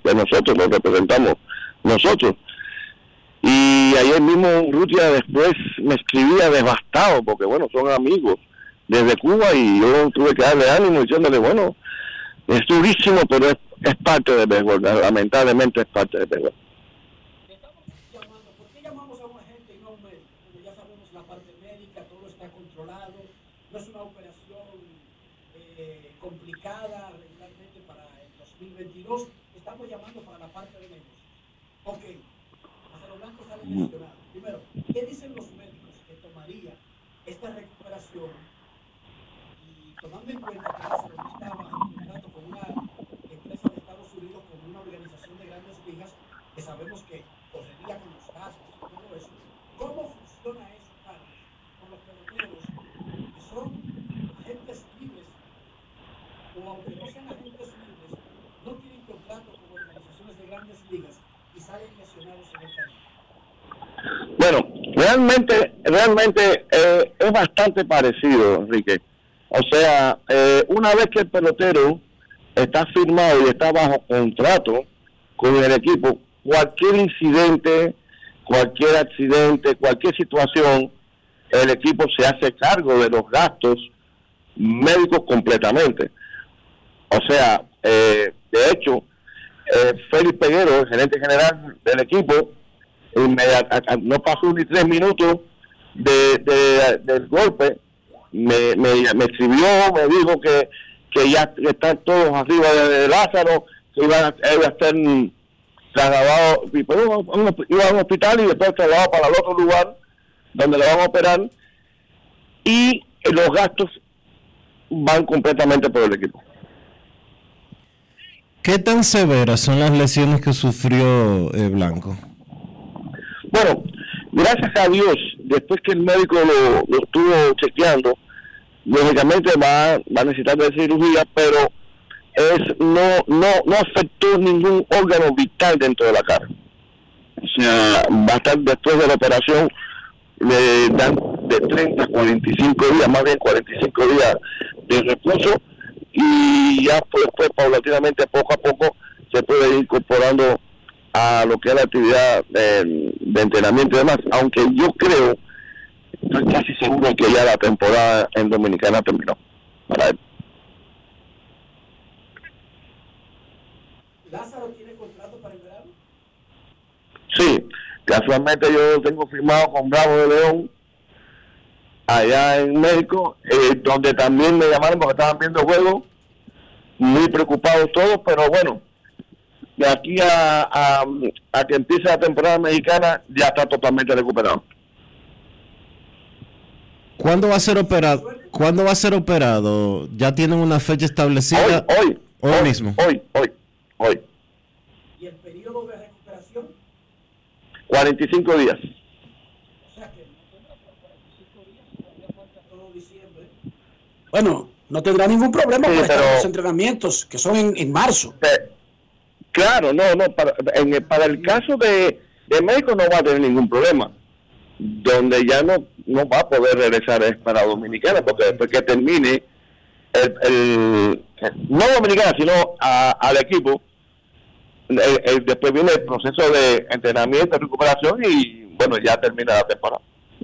de nosotros, lo representamos nosotros. Y ayer mismo Urrutia después me escribía devastado, porque bueno, son amigos desde Cuba, y yo tuve que darle ánimo diciéndole, bueno, es durísimo, pero es parte del béisbol, lamentablemente es parte del béisbol. Estamos llamando, ¿por qué llamamos a un agente y no a un médico? Como ya sabemos la parte médica, todo está controlado, no es una operación complicada regularmente para el 2022, estamos llamando para la parte de negocio. Ok, Lázaro Blanco sale lesionado. Primero, ¿qué dicen los médicos que tomaría esta recuperación? Y tomando en cuenta que Lázaro no estaba en contrato con una empresa de Estados Unidos, con una organización de grandes ligas, que sabemos que correría con los gastos y todo eso, ¿cómo funciona eso, Carlos, con los peloteros que son agentes libres, o aunque no sean agentes libres, no tienen contrato con organizaciones de grandes ligas y salen lesionados en el camino? Bueno, realmente es bastante parecido, Enrique. O sea, una vez que el pelotero está firmado y está bajo contrato con el equipo, cualquier incidente, cualquier accidente, cualquier situación, el equipo se hace cargo de los gastos médicos completamente. O sea, de hecho, Félix Peguero, el gerente general del equipo, no pasó ni 3 minutos del golpe, me escribió, me dijo que ya están todos arriba de Lázaro, que iba a estar trasladado, iba a un hospital y después trasladado para el otro lugar donde lo van a operar, y los gastos van completamente por el equipo. ¿Qué tan severas son las lesiones que sufrió Blanco? Bueno, gracias a Dios, después que el médico lo estuvo chequeando, lógicamente va a necesitar de cirugía, pero no afectó ningún órgano vital dentro de la cara. O sea, va a estar después de la operación, le dan de 30 a 45 días, más bien 45 días de reposo, y ya pues paulatinamente, poco a poco, se puede ir incorporando a lo que es la actividad de entrenamiento y demás, aunque yo creo, estoy casi seguro que ya la temporada en Dominicana terminó para él. ¿Lázaro tiene contrato para el verano? Sí, casualmente yo tengo firmado con Bravo de León allá en México, donde también me llamaron porque estaban viendo juegos, muy preocupados todos, pero bueno, de aquí a que empiece la temporada mexicana ya está totalmente recuperado. ¿Cuándo va a ser operado? ¿Ya tienen una fecha establecida? Hoy mismo. Hoy. ¿Y el periodo de recuperación? 45 días. O sea que no tendrá 45 días, todavía falta todo diciembre. Bueno, no tendrá ningún problema para estar en los entrenamientos, que son en marzo. Claro, para el caso de México no va a tener ningún problema. Donde ya no va a poder regresar es para Dominicana, porque después que termine no Dominicana, sino al equipo, después viene el proceso de entrenamiento, recuperación, y bueno, ya termina la temporada.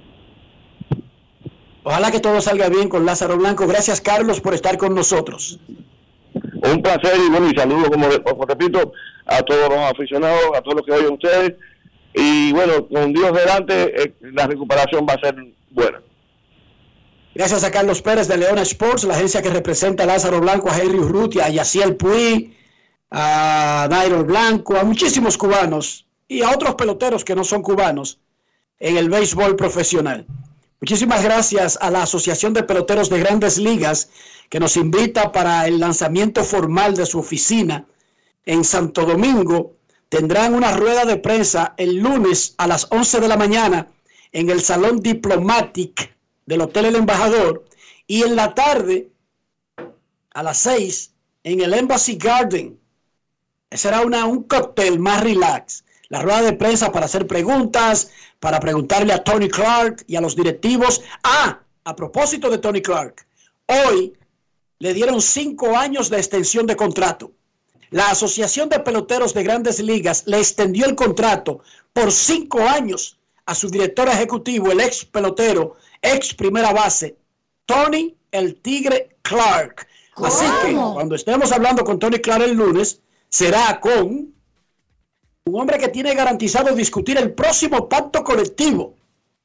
Ojalá que todo salga bien con Lázaro Blanco. Gracias, Carlos, por estar con nosotros. Un placer, y bueno, y saludos, como repito, a todos los aficionados, a todos los que oyen ustedes, y bueno, con Dios delante, la recuperación va a ser buena. Gracias a Carlos Pérez de Leona Sports, la agencia que representa a Lázaro Blanco, a Henry Urrutia, a Yaciel Puig, a Nairo Blanco, a muchísimos cubanos y a otros peloteros que no son cubanos en el béisbol profesional. Muchísimas gracias a la Asociación de Peloteros de Grandes Ligas, que nos invita para el lanzamiento formal de su oficina en Santo Domingo. Tendrán una rueda de prensa el lunes a las 11 de la mañana en el Salón Diplomatic del Hotel El Embajador, y en la tarde a las 6 en el Embassy Garden. Será un cóctel más relax. La rueda de prensa para hacer preguntas, para preguntarle a Tony Clark y a los directivos. A propósito de Tony Clark, hoy le dieron 5 años de extensión de contrato. La Asociación de Peloteros de Grandes Ligas le extendió el contrato por 5 años a su director ejecutivo, el ex pelotero, ex primera base, Tony el Tigre Clark. ¿Cómo? Así que cuando estemos hablando con Tony Clark el lunes, será con un hombre que tiene garantizado discutir el próximo pacto colectivo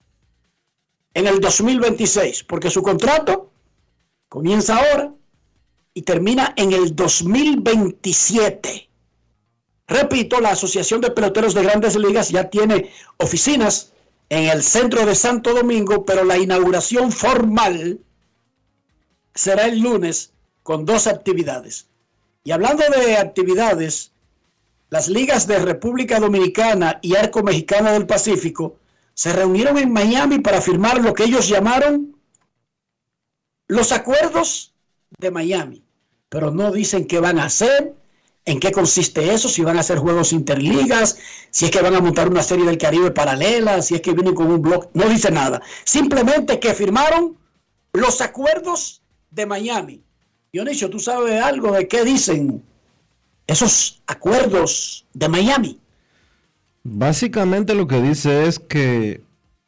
en el 2026, porque su contrato comienza ahora y termina en el 2027. Repito, la Asociación de Peloteros de Grandes Ligas ya tiene oficinas en el centro de Santo Domingo, pero la inauguración formal será el lunes con 2 actividades. Y hablando de actividades, las ligas de República Dominicana y Arco Mexicana del Pacífico se reunieron en Miami para firmar lo que ellos llamaron los acuerdos de Miami, pero no dicen qué van a hacer, en qué consiste eso, si van a hacer juegos interligas, si es que van a montar una serie del Caribe paralela, si es que vienen con un blog, no dice nada. Simplemente que firmaron los acuerdos de Miami. Dionisio, ¿tú sabes algo de qué dicen esos acuerdos de Miami? Básicamente lo que dice es que,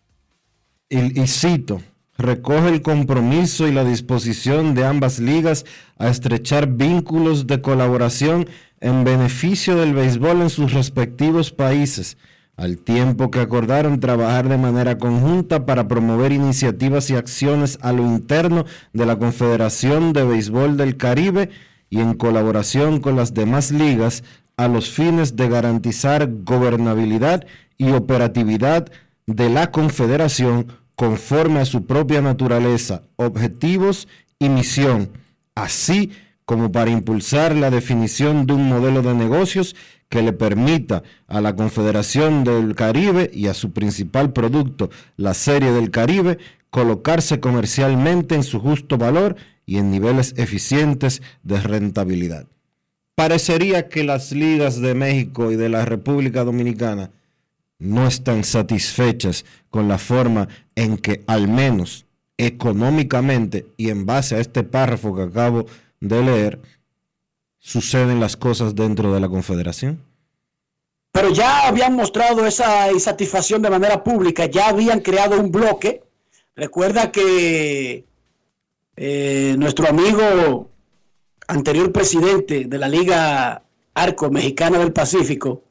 y cito, recoge el compromiso y la disposición de ambas ligas a estrechar vínculos de colaboración en beneficio del béisbol en sus respectivos países, al tiempo que acordaron trabajar de manera conjunta para promover iniciativas y acciones a lo interno de la Confederación de Béisbol del Caribe y en colaboración con las demás ligas a los fines de garantizar gobernabilidad y operatividad de la Confederación conforme a su propia naturaleza, objetivos y misión, así como para impulsar la definición de un modelo de negocios que le permita a la Confederación del Caribe y a su principal producto, la Serie del Caribe, colocarse comercialmente en su justo valor y en niveles eficientes de rentabilidad. Parecería que las ligas de México y de la República Dominicana no están satisfechas con la forma en que, al menos económicamente y en base a este párrafo que acabo de leer, suceden las cosas dentro de la Confederación. Pero ya habían mostrado esa insatisfacción de manera pública, ya habían creado un bloque. Recuerda que nuestro amigo, anterior presidente de la Liga Arco Mexicana del Pacífico,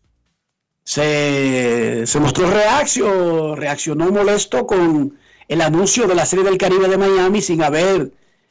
se mostró reaccionó molesto con el anuncio de la Serie del Caribe de Miami sin haber,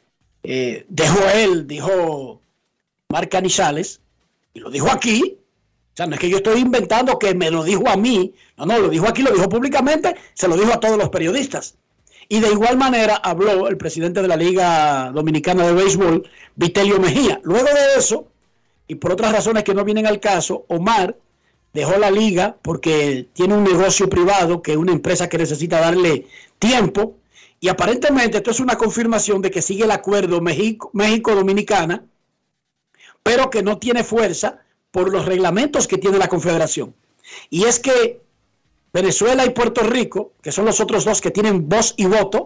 dijo Marc Canizales, y lo dijo aquí. O sea, no es que yo estoy inventando que me lo dijo a mí, no, lo dijo aquí, lo dijo públicamente, se lo dijo a todos los periodistas. Y de igual manera habló el presidente de la Liga Dominicana de Béisbol, Vitelio Mejía. Luego de eso, y por otras razones que no vienen al caso, Omar dejó la liga porque tiene un negocio privado, que es una empresa que necesita darle tiempo, y aparentemente esto es una confirmación de que sigue el acuerdo México-Dominicana, pero que no tiene fuerza por los reglamentos que tiene la Confederación. Y es que Venezuela y Puerto Rico, que son los otros dos que tienen voz y voto,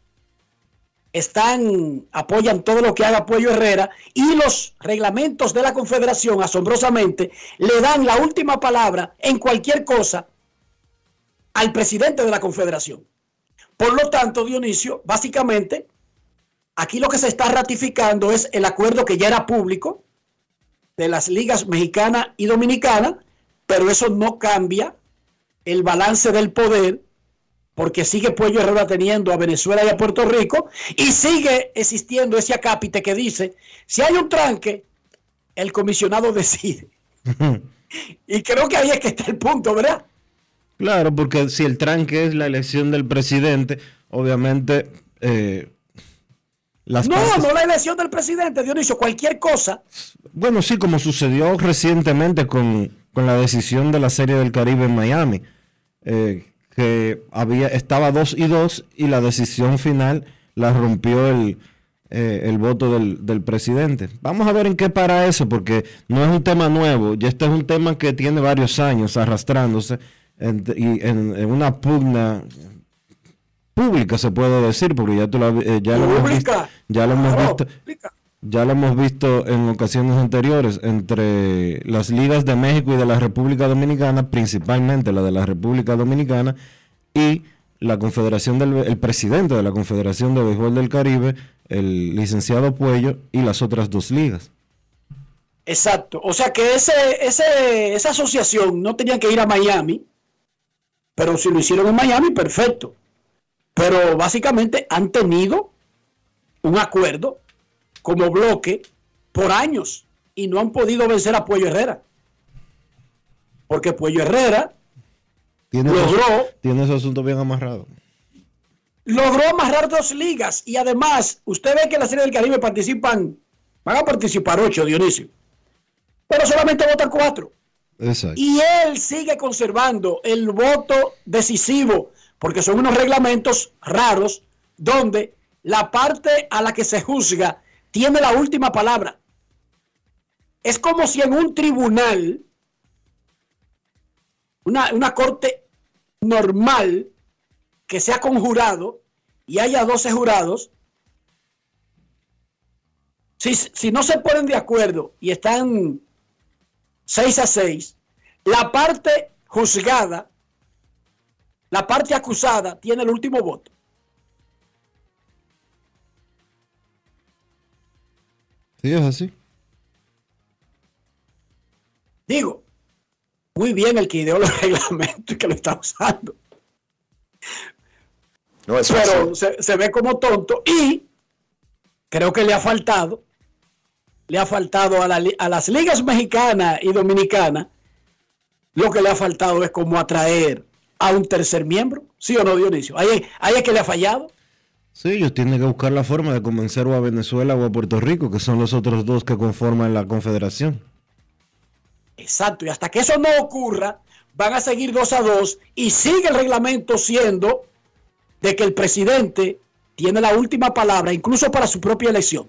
apoyan todo lo que haga Puello Herrera, y los reglamentos de la Confederación, asombrosamente, le dan la última palabra en cualquier cosa al presidente de la Confederación. Por lo tanto, Dionisio, básicamente, aquí lo que se está ratificando es el acuerdo que ya era público de las ligas mexicana y dominicana, pero eso no cambia el balance del poder, porque sigue Puello Herrera teniendo a Venezuela y a Puerto Rico, y sigue existiendo ese acápite que dice, si hay un tranque, el comisionado decide. Y creo que ahí es que está el punto, ¿verdad? Claro, porque si el tranque es la elección del presidente, obviamente no la elección del presidente, Dionisio, cualquier cosa. Bueno, sí, como sucedió recientemente con la decisión de la Serie del Caribe en Miami, que estaba 2-2 y la decisión final la rompió el voto del presidente. Vamos a ver en qué para eso, porque no es un tema nuevo, ya este es un tema que tiene varios años arrastrándose en una pugna pública, se puede decir, porque ya lo hemos visto Ya lo hemos visto en ocasiones anteriores entre las ligas de México y de la República Dominicana, principalmente la de la República Dominicana, y la Confederación el presidente de la Confederación de Béisbol del Caribe, el licenciado Puello, y las otras dos ligas. Exacto. O sea que esa asociación no tenía que ir a Miami, pero si lo hicieron en Miami, perfecto. Pero básicamente han tenido un acuerdo como bloque por años y no han podido vencer a Puello Herrera. Porque Puello Herrera tiene ese asunto bien amarrado. Logró amarrar dos ligas y además, usted ve que en la Serie del Caribe van a participar 8, Dionisio, pero solamente votan 4. Exacto. Y él sigue conservando el voto decisivo, porque son unos reglamentos raros donde la parte a la que se juzga tiene la última palabra. Es como si en un tribunal, una corte normal, que sea conjurado y haya 12 jurados, si no se ponen de acuerdo y están 6-6, la parte juzgada, la parte acusada tiene el último voto. Sí, es así. Digo, muy bien el que ideó los reglamentos y que lo está usando. No, pero se ve como tonto y creo que le ha faltado a las ligas mexicana y dominicana, lo que le ha faltado es como atraer a un tercer miembro, ¿sí o no, Dionisio? Ahí es que le ha fallado. Sí, ellos tienen que buscar la forma de convencer o a Venezuela o a Puerto Rico, que son los otros dos que conforman la confederación. Exacto, y hasta que eso no ocurra, van a seguir 2-2 y sigue el reglamento siendo de que el presidente tiene la última palabra, incluso para su propia elección.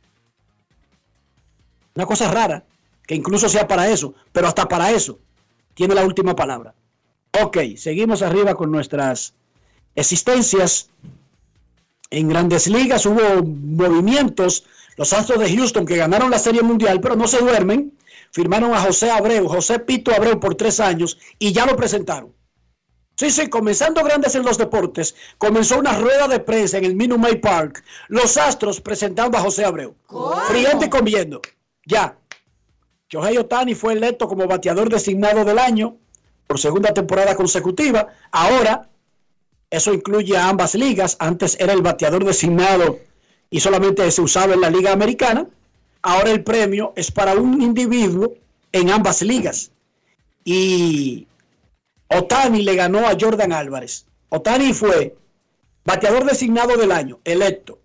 Una cosa rara, que incluso sea para eso, pero hasta para eso tiene la última palabra. Ok, seguimos arriba con nuestras existencias. En Grandes Ligas hubo movimientos. Los Astros de Houston, que ganaron la Serie Mundial, pero no se duermen, firmaron a José Pito Abreu por 3 años y ya lo presentaron. Sí, comenzando Grandes en los Deportes, comenzó una rueda de prensa en el Minute Maid Park, los Astros presentando a José Abreu. Friendo y comiendo. Ya. Shohei Ohtani fue electo como bateador designado del año por segunda temporada consecutiva. Ahora, eso incluye a ambas ligas. Antes era el bateador designado y solamente se usaba en la Liga Americana. Ahora el premio es para un individuo en ambas ligas. Y Ohtani le ganó a Jordan Álvarez. Ohtani fue bateador designado del año, electo.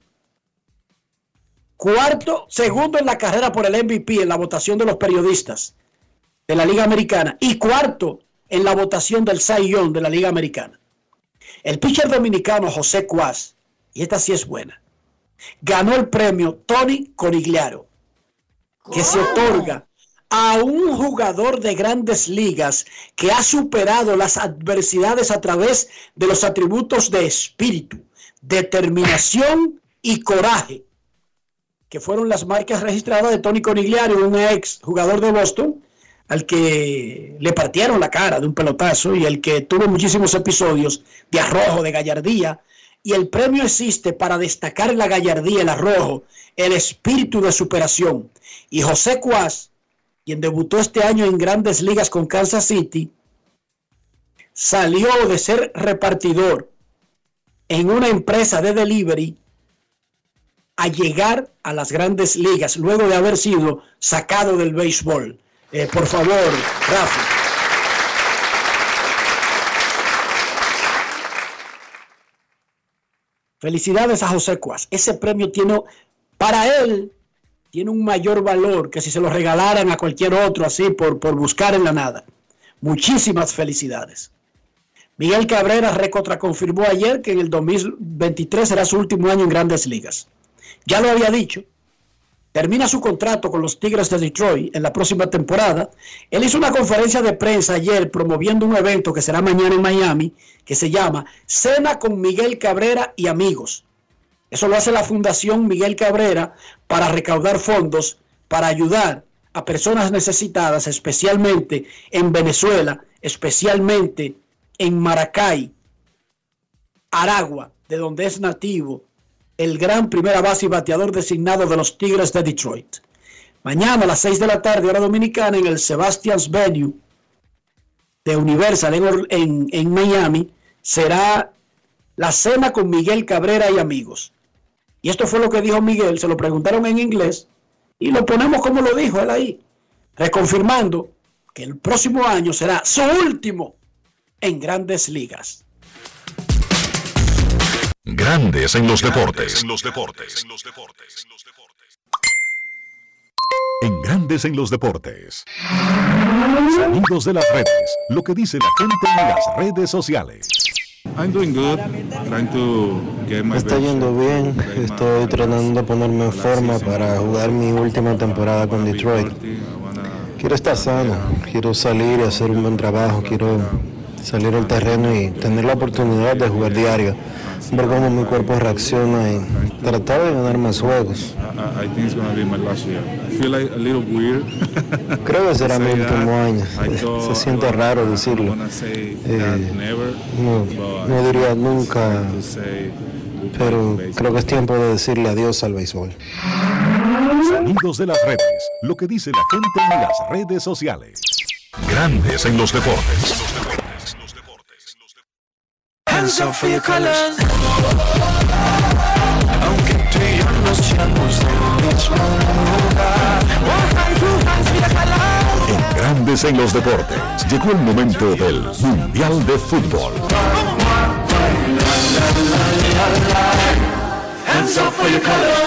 Segundo en la carrera por el MVP en la votación de los periodistas de la Liga Americana. Y cuarto en la votación del Cy Young de la Liga Americana. El pitcher dominicano José Cuas, y esta sí es buena, ganó el premio Tony Conigliaro, que se otorga a un jugador de Grandes Ligas que ha superado las adversidades a través de los atributos de espíritu, determinación y coraje, que fueron las marcas registradas de Tony Conigliaro, un ex jugador de Boston, al que le partieron la cara de un pelotazo y el que tuvo muchísimos episodios de arrojo, de gallardía. Y el premio existe para destacar la gallardía, el arrojo, el espíritu de superación. Y José Cuas, quien debutó este año en Grandes Ligas con Kansas City, salió de ser repartidor en una empresa de delivery a llegar a las Grandes Ligas luego de haber sido sacado del béisbol. Por favor, Rafa. Felicidades a José Cuas. Ese premio para él, tiene un mayor valor que si se lo regalaran a cualquier otro así por buscar en la nada. Muchísimas felicidades. Miguel Cabrera reconfirmó ayer que en el 2023 será su último año en Grandes Ligas. Ya lo había dicho. Termina su contrato con los Tigres de Detroit en la próxima temporada. Él hizo una conferencia de prensa ayer promoviendo un evento que será mañana en Miami, que se llama Cena con Miguel Cabrera y Amigos. Eso lo hace la Fundación Miguel Cabrera para recaudar fondos para ayudar a personas necesitadas, especialmente en Venezuela, especialmente en Maracay, Aragua, de donde es nativo el gran primera base y bateador designado de los Tigres de Detroit. Mañana a las 6 de la tarde, hora dominicana, en el Sebastian's Venue de Universal en Miami, será la cena con Miguel Cabrera y amigos. Y esto fue lo que dijo Miguel, se lo preguntaron en inglés, y lo ponemos como lo dijo él ahí, reconfirmando que el próximo año será su último en Grandes Ligas. Grandes en los deportes. En Grandes en los deportes. Sonidos de las redes. Lo que dice la gente en las redes sociales. Me está yendo bien. Estoy tratando de ponerme en forma para jugar mi última temporada con Detroit. Quiero estar sano. Quiero salir y hacer un buen trabajo. Quiero salir al terreno y tener la oportunidad de jugar diario. Ver cómo mi cuerpo reacciona y tratar de ganar más juegos. Creo que será mi último año. Se siente raro decirlo. No diría nunca, pero creo que es tiempo de decirle adiós al béisbol. Sonidos de las redes. Lo que dice la gente en las redes sociales. Grandes en los deportes. Hands up for your colors. Aunque tú y yo nos echamos del mismo lugar. En Grandes en los deportes llegó el momento del Mundial de Fútbol. Hands up for your colors.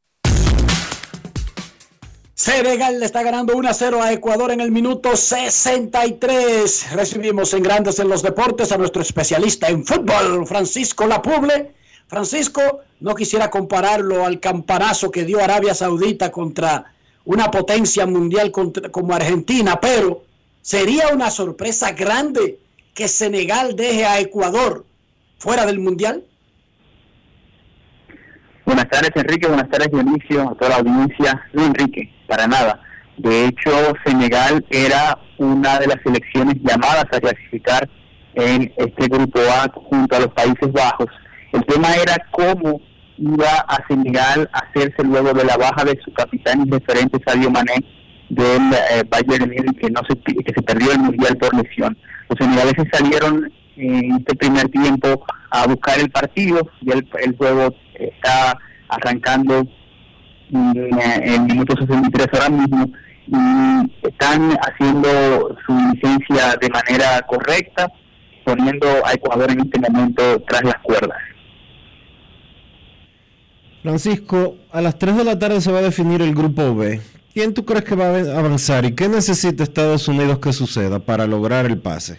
Senegal le está ganando 1-0 a Ecuador en el minuto 63. Recibimos en Grandes en los Deportes a nuestro especialista en fútbol, Francisco Lapuble. Francisco, no quisiera compararlo al campanazo que dio Arabia Saudita contra una potencia mundial como Argentina, pero sería una sorpresa grande que Senegal deje a Ecuador fuera del Mundial. Buenas tardes, Enrique. Buenas tardes, Dionisio, a toda la audiencia. No, Enrique, para nada. De hecho, Senegal era una de las selecciones llamadas a clasificar en este grupo A junto a los Países Bajos. El tema era cómo iba a Senegal a hacerse luego de la baja de su capitán y referente Sadio Mané del Bayern Múnich, que se perdió el Mundial por lesión. Los senegaleses salieron en este primer tiempo a buscar el partido y el juego está arrancando en minuto 63 ahora mismo y están haciendo su licencia de manera correcta, poniendo a Ecuador en este momento tras las cuerdas. Francisco, a las 3 de la tarde se va a definir el grupo B. ¿Quién tú crees que va a avanzar y qué necesita Estados Unidos que suceda para lograr el pase?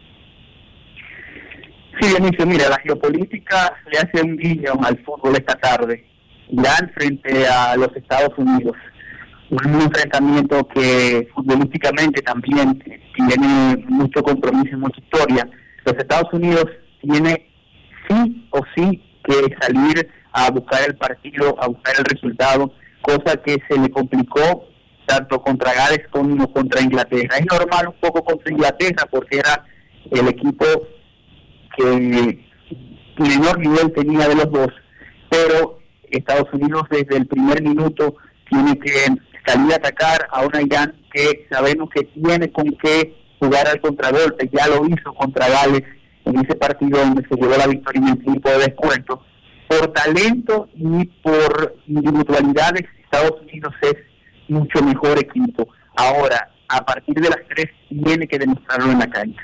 Sí, Dionisio, mira, la geopolítica le hace un guiño al fútbol esta tarde. Irán frente a los Estados Unidos. Un enfrentamiento que futbolísticamente también tiene mucho compromiso y mucha historia. Los Estados Unidos tiene sí o sí que salir a buscar el partido, a buscar el resultado, cosa que se le complicó tanto contra Gales como contra Inglaterra. Es normal un poco contra Inglaterra porque era el equipo que menor nivel tenía de los dos, pero Estados Unidos desde el primer minuto tiene que salir a atacar a una Irán que sabemos que tiene con qué jugar al contragolpe. Ya lo hizo contra Gales en ese partido donde se llevó la victoria en el tiempo de descuento. Por talento y por individualidades, Estados Unidos es mucho mejor equipo. Ahora, a partir de las 3 tiene que demostrarlo en la cancha.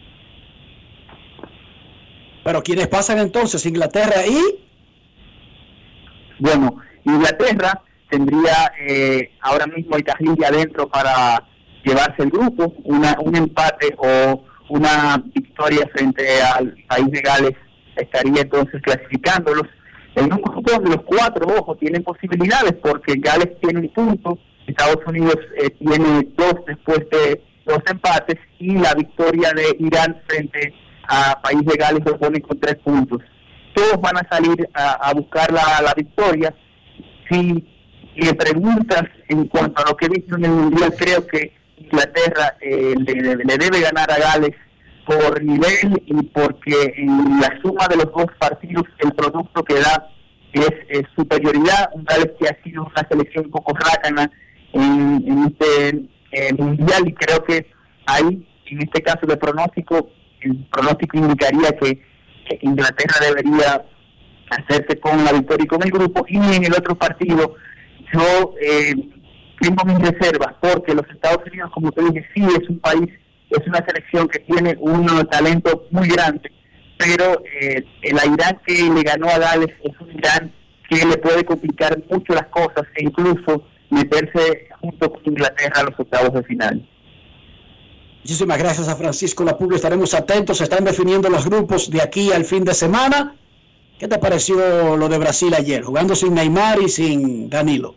Pero ¿quiénes pasan entonces? ¿Inglaterra y? Bueno, Inglaterra tendría ahora mismo el Cajilli adentro para llevarse el grupo. Un empate o una victoria frente al país de Gales estaría entonces clasificándolos. En un grupo donde los 4, ojo, tienen posibilidades porque Gales tiene un punto, Estados Unidos tiene 2 después de 2 empates y la victoria de Irán frente a país de Gales lo pone con 3 puntos. todos van a salir a buscar la victoria. Si le preguntas en cuanto a lo que he visto en el Mundial, creo que Inglaterra le debe ganar a Gales por nivel y porque en la suma de los dos partidos el producto que da es superioridad. Un Gales que ha sido una selección un poco rácana en este Mundial, y creo que ahí, en este caso de pronóstico, el pronóstico indicaría que Inglaterra debería hacerse con la victoria y con el grupo. Y en el otro partido yo tengo mis reservas, porque los Estados Unidos, como te dije, sí es un país, es una selección que tiene un talento muy grande, pero el Irán que le ganó a Gales es un Irán que le puede complicar mucho las cosas e incluso meterse junto con Inglaterra a los octavos de final. Muchísimas gracias a Francisco Lapuble. Estaremos atentos. Se están definiendo los grupos de aquí al fin de semana. ¿Qué te pareció lo de Brasil ayer, jugando sin Neymar y sin Danilo?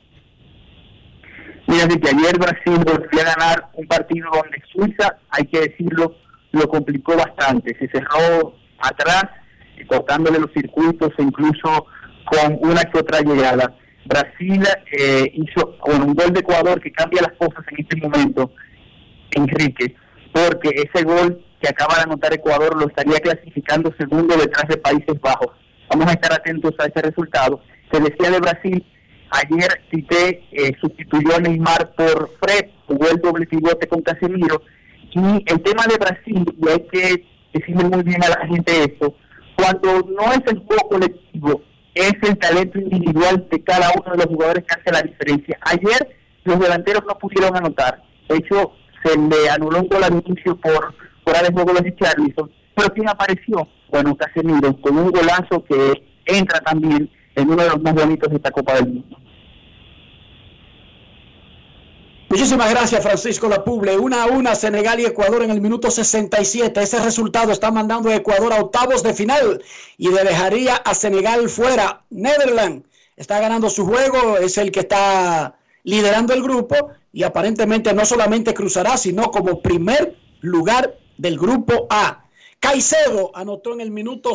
Mira, que ayer Brasil volvió a ganar un partido donde Suiza, hay que decirlo, lo complicó bastante. Se cerró atrás, cortándole los circuitos e incluso con una que otra llegada. Brasil hizo con un gol de Ecuador que cambia las cosas en este momento, Enrique, porque ese gol que acaba de anotar Ecuador lo estaría clasificando segundo detrás de Países Bajos. Vamos a estar atentos a ese resultado. Se decía de Brasil, ayer Tite sustituyó a Neymar por Fred, jugó el doble pivote con Casemiro, y el tema de Brasil, y hay que decirle muy bien a la gente esto, cuando no es el juego colectivo, es el talento individual de cada uno de los jugadores que hace la diferencia. Ayer los delanteros no pudieron anotar, de hecho se le anuló un gol al inicio por fuera de juego de Richarlison, pero ¿quién apareció? Bueno, Casemiro, con un golazo que entra también en uno de los más bonitos de esta Copa del Mundo. Muchísimas gracias, Francisco Lapuble. 1-1 Senegal y Ecuador en el minuto 67. Ese resultado está mandando a Ecuador a octavos de final y dejaría a Senegal fuera. Netherlands está ganando su juego, es el que está liderando el grupo y aparentemente no solamente cruzará, sino como primer lugar del grupo A. Caicedo anotó en el minuto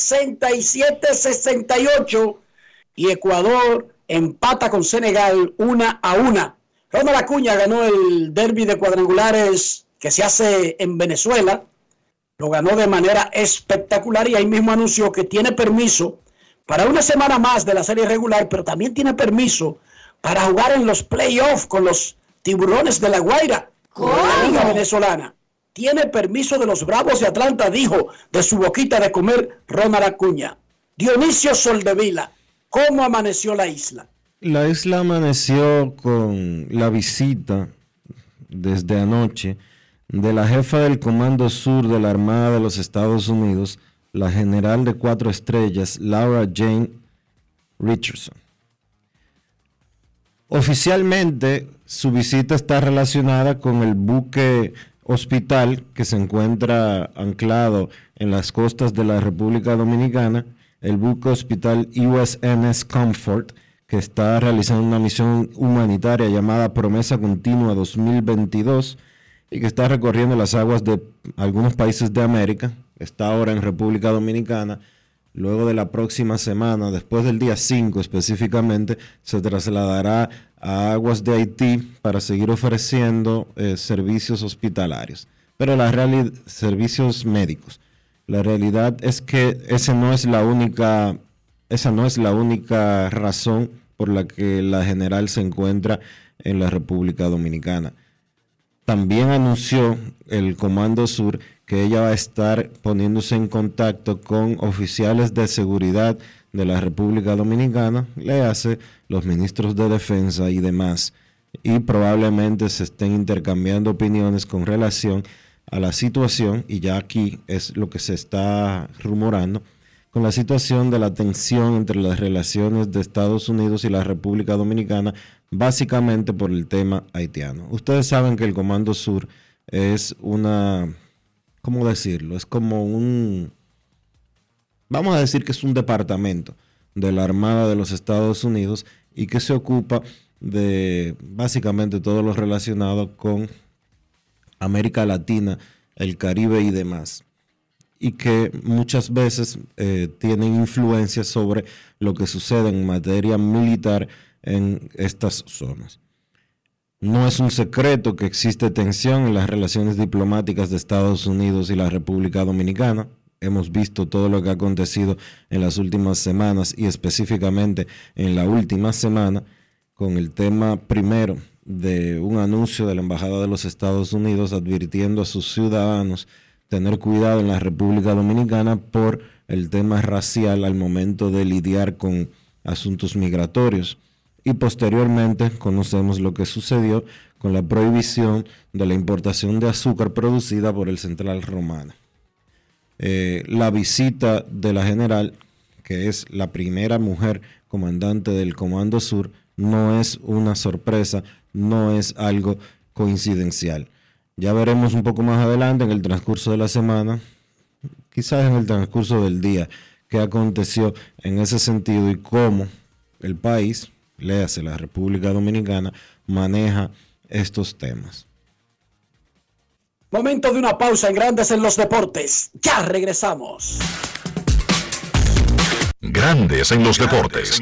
67-68 y Ecuador empata con Senegal 1-1. Ronald Acuña ganó el derbi de cuadrangulares que se hace en Venezuela. Lo ganó de manera espectacular y ahí mismo anunció que tiene permiso para una semana más de la serie regular, pero también tiene permiso para jugar en los playoffs con los Tiburones de La Guaira, con la Liga Venezolana. Tiene permiso de los Bravos de Atlanta, dijo de su boquita de comer Ronald Acuña. Dionisio Soldevila, ¿cómo amaneció la isla? La isla amaneció con la visita desde anoche de la jefa del Comando Sur de la Armada de los Estados Unidos, la general de 4 estrellas, Laura Jane Richardson. Oficialmente, su visita está relacionada con el buque hospital que se encuentra anclado en las costas de la República Dominicana, el buque hospital USNS Comfort, que está realizando una misión humanitaria llamada Promesa Continua 2022 y que está recorriendo las aguas de algunos países de América. Está ahora en República Dominicana. Luego de la próxima semana, después del día 5 específicamente, se trasladará a aguas de Haití para seguir ofreciendo servicios hospitalarios, pero servicios médicos. La realidad es que esa no es la única razón por la que la general se encuentra en la República Dominicana. También anunció el Comando Sur que ella va a estar poniéndose en contacto con oficiales de seguridad de la República Dominicana, le hace los ministros de defensa y demás, y probablemente se estén intercambiando opiniones con relación a la situación, y ya aquí es lo que se está rumorando, con la situación de la tensión entre las relaciones de Estados Unidos y la República Dominicana, básicamente por el tema haitiano. Ustedes saben que el Comando Sur es una, ¿cómo decirlo? Es como vamos a decir que es un departamento de la Armada de los Estados Unidos y que se ocupa de básicamente todo lo relacionado con América Latina, el Caribe y demás. y que muchas veces tienen influencia sobre lo que sucede en materia militar en estas zonas. No es un secreto que existe tensión en las relaciones diplomáticas de Estados Unidos y la República Dominicana. Hemos visto todo lo que ha acontecido en las últimas semanas y específicamente en la última semana con el tema primero de un anuncio de la Embajada de los Estados Unidos advirtiendo a sus ciudadanos tener cuidado en la República Dominicana por el tema racial al momento de lidiar con asuntos migratorios. Y posteriormente conocemos lo que sucedió con la prohibición de la importación de azúcar producida por el Central Romana. La visita de la general, que es la primera mujer comandante del Comando Sur, no es una sorpresa, no es algo coincidencial. Ya veremos un poco más adelante en el transcurso de la semana, quizás en el transcurso del día, qué aconteció en ese sentido y cómo el país, léase la República Dominicana, maneja estos temas. Momento de una pausa en Grandes en los Deportes. Ya regresamos. Grandes en los deportes.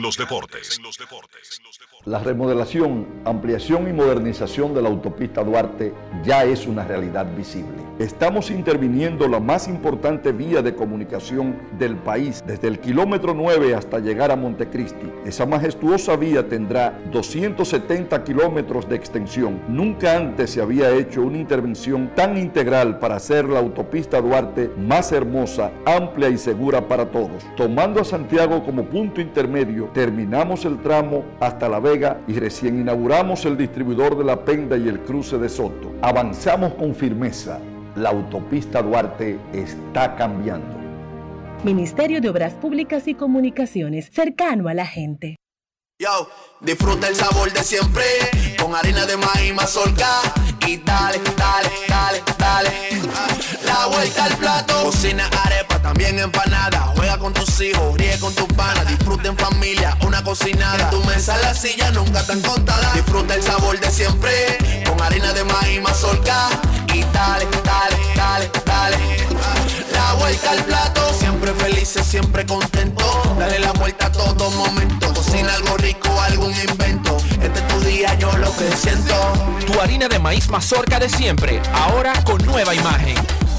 La remodelación, ampliación y modernización de la autopista Duarte ya es una realidad visible. Estamos interviniendo la más importante vía de comunicación del país, desde el kilómetro 9 hasta llegar a Montecristi. Esa majestuosa vía tendrá 270 kilómetros de extensión. Nunca antes se había hecho una intervención tan integral para hacer la autopista Duarte más hermosa, amplia y segura para todos. Tomando a Santiago como punto intermedio, terminamos el tramo hasta La Vega y recién inauguramos el distribuidor de La Penda y el cruce de Soto. Avanzamos con firmeza. La autopista Duarte está cambiando. Ministerio de Obras Públicas y Comunicaciones, cercano a la gente. Yo, disfruta el sabor de siempre, con harina de maíz mazorca y dale, dale, dale, dale. La vuelta al plato, cocina arepa, también empanada. Juega con tus hijos, ríe con tus panas, disfruta en familia, una cocinada. En tu mesa la silla nunca tan contada. Disfruta el sabor de siempre, con harina de maíz mazorca y dale, dale, dale, dale. La vuelta al plato, siempre felices, siempre contentos. Dale la vuelta a todo momento, cocina algo rico, algún invento. Este es tu día, yo lo que siento. Tu harina de maíz mazorca de siempre, ahora con nueva imagen.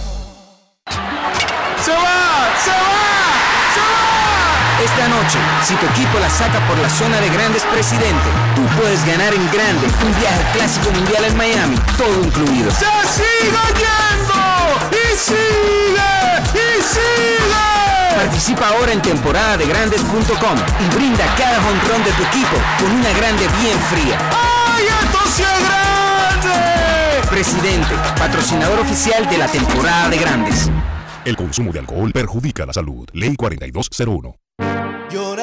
¡Se va! ¡Se va! ¡Se va! Esta noche, si tu equipo la saca por la zona de Grandes Presidente, tú puedes ganar en grande un viaje al Clásico Mundial en Miami, todo incluido. ¡Se sigue yendo! ¡Y sigue! ¡Y sigue! Participa ahora en temporadadegrandes.com y brinda cada jonrón de tu equipo con una grande bien fría. ¡Ay, esto sí es grande! Presidente, patrocinador oficial de la temporada de Grandes. El consumo de alcohol perjudica la salud. Ley 4201. Yo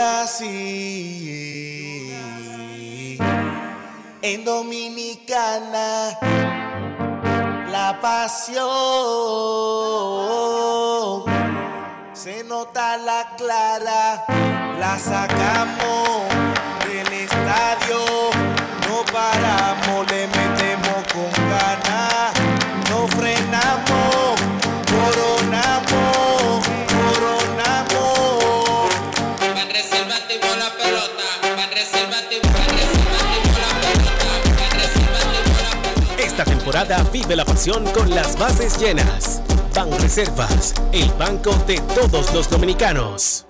nací en Dominicana, la pasión se nota la clara, la sacamos del estadio, no paramos, le metemos con ganas, no frenamos, coronamos, coronamos. Pan reservativo la pelota, pan reservativo la pelota, pan reservativo la pelota. Esta temporada vive la pasión con las bases llenas. Banreservas, el banco de todos los dominicanos.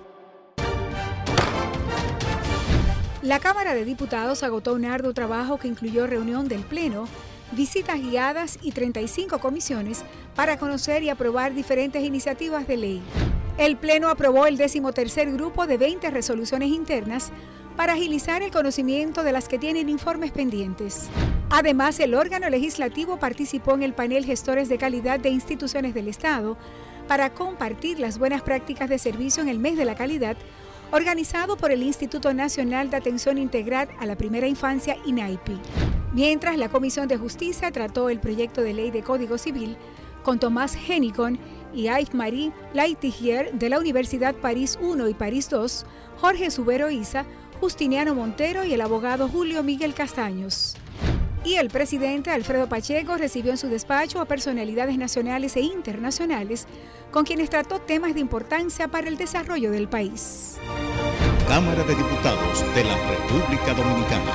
La Cámara de Diputados agotó un arduo trabajo que incluyó reunión del Pleno, visitas guiadas y 35 comisiones para conocer y aprobar diferentes iniciativas de ley. El Pleno aprobó el 13º grupo de 20 resoluciones internas para agilizar el conocimiento de las que tienen informes pendientes. Además, el órgano legislativo participó en el panel Gestores de Calidad de Instituciones del Estado para compartir las buenas prácticas de servicio en el mes de la calidad, organizado por el Instituto Nacional de Atención Integral a la Primera Infancia, INAIPI. Mientras, la Comisión de Justicia trató el proyecto de ley de Código Civil con Tomás Hennicon y Yves-Marie Laitigier de la Universidad París I y París II, Jorge Subero Isa, Justiniano Montero y el abogado Julio Miguel Castaños. Y el presidente Alfredo Pacheco recibió en su despacho a personalidades nacionales e internacionales con quienes trató temas de importancia para el desarrollo del país. Cámara de Diputados de la República Dominicana.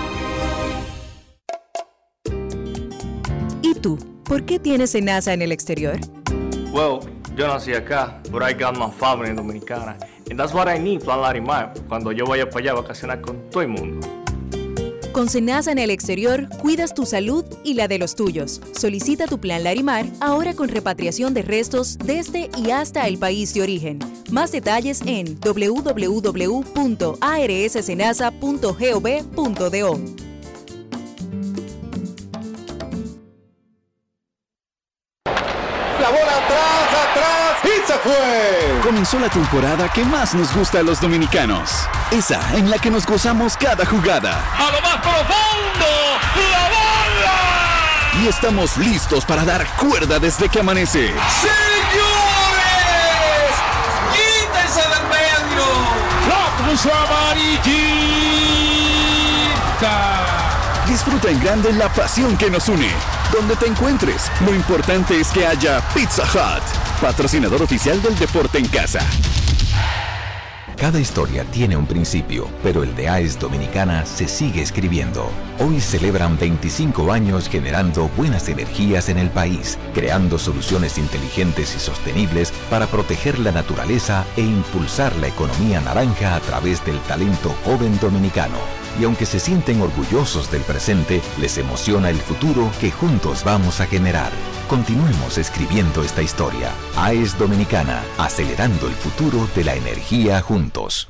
¿Y tú? ¿Por qué tienes SENASA en el exterior? Well, yo nací acá, but I got my family dominicana. And that's what I need, Plan Larimar, cuando yo vaya para allá a vacacionar con todo el mundo. Con SENASA en el exterior, cuidas tu salud y la de los tuyos. Solicita tu Plan Larimar ahora con repatriación de restos desde y hasta el país de origen. Más detalles en www.arssenasa.gov.do. La bola atrás y se fue. Comenzó la temporada que más nos gusta a los dominicanos. Esa en la que nos gozamos cada jugada. A lo más profundo, la bola. Y estamos listos para dar cuerda desde que amanece. ¡Señores! ¡Quítense del medio! ¡La puso amarillita! Disfruta en grande la pasión que nos une. Donde te encuentres, lo importante es que haya Pizza Hut, patrocinador oficial del deporte en casa. Cada historia tiene un principio, pero el de AES Dominicana se sigue escribiendo. Hoy celebran 25 años generando buenas energías en el país, creando soluciones inteligentes y sostenibles para proteger la naturaleza e impulsar la economía naranja a través del talento joven dominicano. Y aunque se sienten orgullosos del presente, les emociona el futuro que juntos vamos a generar. Continuemos escribiendo esta historia. AES Dominicana, acelerando el futuro de la energía juntos.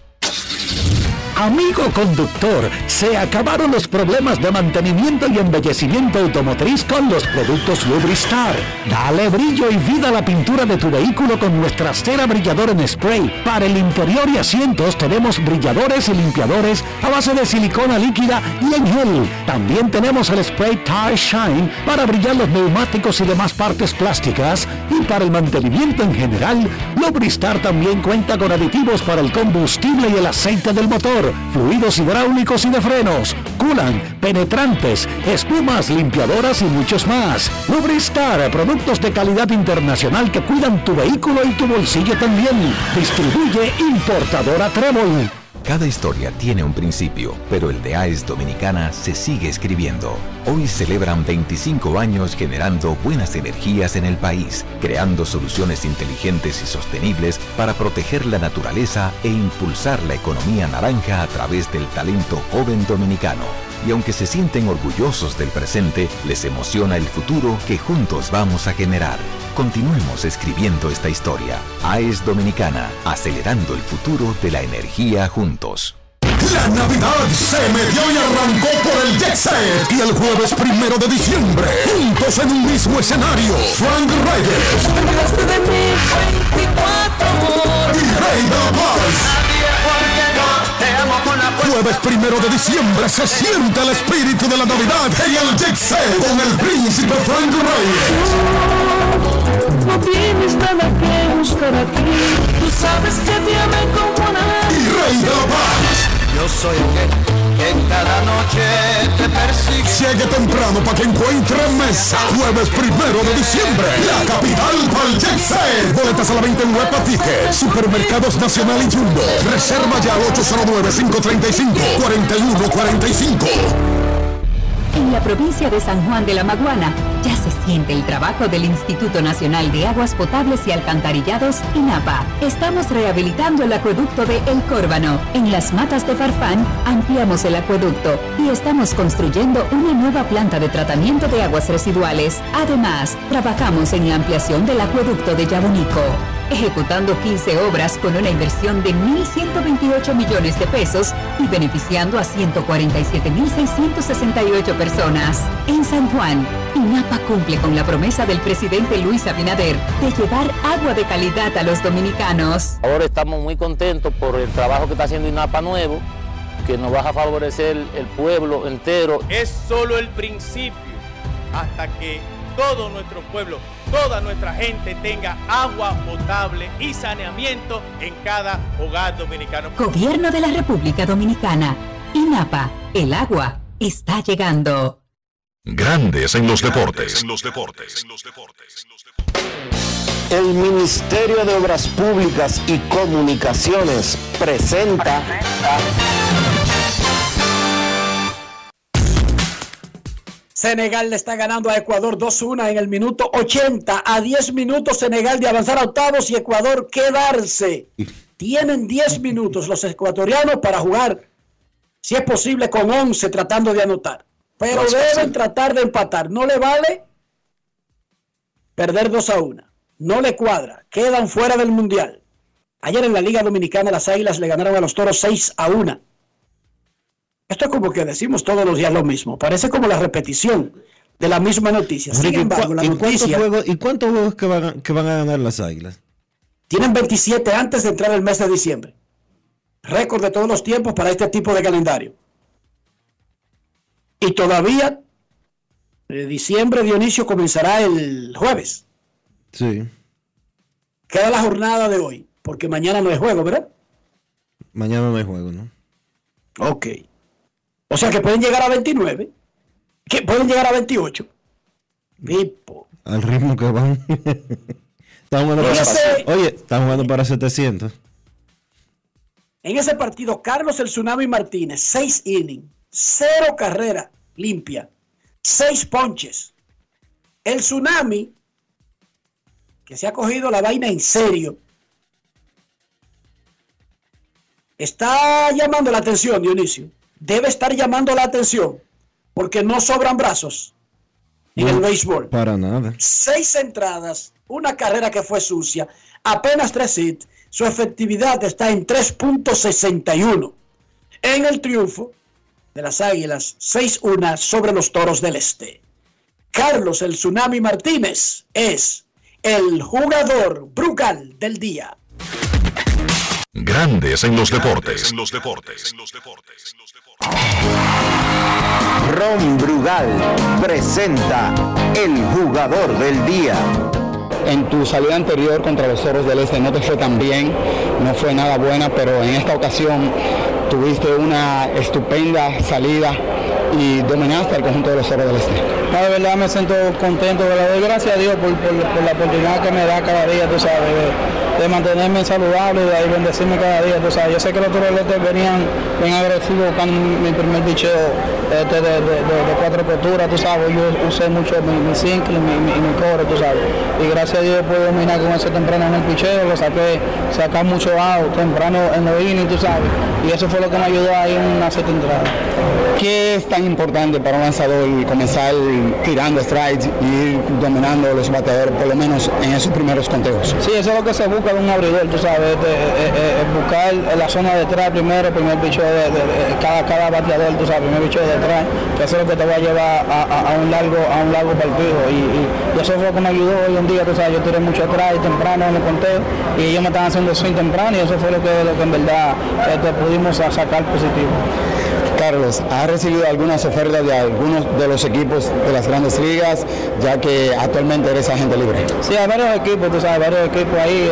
Amigo conductor, se acabaron los problemas de mantenimiento y embellecimiento automotriz con los productos Lubristar. Dale brillo y vida a la pintura de tu vehículo con nuestra cera brilladora en spray. Para el interior y asientos tenemos brilladores y limpiadores a base de silicona líquida y en gel. También tenemos el spray Tire Shine para brillar los neumáticos y demás partes plásticas. Y para el mantenimiento en general, Lubristar también cuenta con aditivos para el combustible y el aceite del motor, fluidos hidráulicos y de frenos, culan, penetrantes, espumas, limpiadoras y muchos más. Lubristar, productos de calidad internacional que cuidan tu vehículo y tu bolsillo también. Distribuye importadora Trébol. Cada historia tiene un principio, pero el de AES Dominicana se sigue escribiendo. Hoy celebran 25 años generando buenas energías en el país, creando soluciones inteligentes y sostenibles para proteger la naturaleza e impulsar la economía naranja a través del talento joven dominicano. Y aunque se sienten orgullosos del presente, les emociona el futuro que juntos vamos a generar. Continuemos escribiendo esta historia. AES Dominicana, acelerando el futuro de la energía juntos. La Navidad se metió y arrancó por el Jet Set. Y el jueves 1 de diciembre, juntos en un mismo escenario, Frank Reyes y Rey de la Paz. Jueves 1 de diciembre se siente el espíritu de la Navidad en el Jet Set con el príncipe Frank Reyes. No tienes nada que buscar aquí. Tú sabes que te amé como nada. Y Rey de la Paz. Yo soy el que cada noche te persigue. Llegue temprano para que encuentre mesa. Jueves 1 de diciembre, la capital para el Jet Set. Boletas a la venta en Huepa Ticket, Supermercados Nacional y Jumbo. Reserva ya al 809-535-4145. En la provincia de San Juan de la Maguana ya se siente el trabajo del Instituto Nacional de Aguas Potables y Alcantarillados, INAPA. Estamos rehabilitando el acueducto de El Córbano. En las Matas de Farfán ampliamos el acueducto y estamos construyendo una nueva planta de tratamiento de aguas residuales. Además, trabajamos en la ampliación del acueducto de Yabonico, ejecutando 15 obras con una inversión de 1.128 millones de pesos y beneficiando a 147.668 personas. En San Juan, INAPA cumple con la promesa del presidente Luis Abinader de llevar agua de calidad a los dominicanos. Ahora estamos muy contentos por el trabajo que está haciendo INAPA nuevo, que nos va a favorecer el pueblo entero. Es solo el principio, hasta que todo nuestro pueblo, toda nuestra gente tenga agua potable y saneamiento en cada hogar dominicano. Gobierno de la República Dominicana. INAPA, el agua está llegando. Grandes en los deportes. El Ministerio de Obras Públicas y Comunicaciones presenta Senegal le está ganando a Ecuador 2-1 en el minuto 80. A 10 minutos Senegal de avanzar a octavos y Ecuador quedarse. Tienen 10 minutos los ecuatorianos para jugar, si es posible, con 11 tratando de anotar. Pero deben tratar de empatar. No le vale perder 2-1. No le cuadra. Quedan fuera del Mundial. Ayer en la Liga Dominicana las Águilas le ganaron a los Toros 6-1. Esto es como que decimos todos los días lo mismo. Parece como la repetición de la misma noticia. Sin embargo, la noticia... ¿Y cuántos juegos que van a ganar las Águilas? Tienen 27 antes de entrar el mes de diciembre. Récord de todos los tiempos para este tipo de calendario. Y todavía diciembre, Dionisio, comenzará el jueves. Sí. Queda la jornada de hoy, porque mañana no hay juego, ¿verdad? Mañana no hay juego, ¿no? Ok. O sea que pueden llegar a 29, que pueden llegar a 28. Pipo. Al ritmo que van. Están jugando para 700. En ese partido, Carlos el Tsunami Martínez, 6 innings, 0 carrera limpia, 6 ponches. El Tsunami, que se ha cogido la vaina en serio, está llamando la atención, Dionisio. Debe estar llamando la atención, porque no sobran brazos en el béisbol. Para nada. 6 entradas, una carrera que fue sucia, apenas 3 hits. Su efectividad está en 3.61. En el triunfo de las Águilas, 6-1 sobre los Toros del Este. Carlos el Tsunami Martínez es el jugador Brugal del día. Grandes en los deportes. Ron Brugal presenta el jugador del día. En tu salida anterior contra los Toros del Este no te fue tan bien, no fue nada buena, pero en esta ocasión tuviste una estupenda salida y dominaste al conjunto de los Toros del Este. No, de verdad me siento contento, le doy gracias a Dios por la oportunidad que me da cada día, tú sabes, de mantenerme saludable y de ahí bendecirme cada día, tú sabes. Yo sé que los Toros del Este venían bien agresivos buscando mi primer picheo de 4 posturas, tú sabes. Yo usé mucho mi single, mi core, tú sabes. Y gracias a Dios pude dominar con ese temprano en el picheo, lo sacar mucho out temprano en los innings, tú sabes. Y eso fue lo que me ayudó ahí en una 7 entrada. ¿Qué es tan importante para un lanzador comenzar tirando strikes y ir dominando los bateadores, por lo menos en esos primeros conteos? Sí, eso es lo que se busca de un abridor, tú sabes, buscar la zona detrás primero, primer picheo de cada bateador, tú sabes, primer picheo detrás, que eso es lo que te va a llevar a un largo partido. Y eso fue lo que me ayudó hoy en día, tú sabes, yo tiré mucho atrás y temprano en el conteo, y ellos me estaban haciendo swing temprano, y eso fue lo que en verdad pudimos sacar positivo. Carlos, ¿has recibido algunas ofertas de algunos de los equipos de las grandes ligas, ya que actualmente eres agente libre? Sí, hay varios equipos, tú sabes, varios equipos ahí.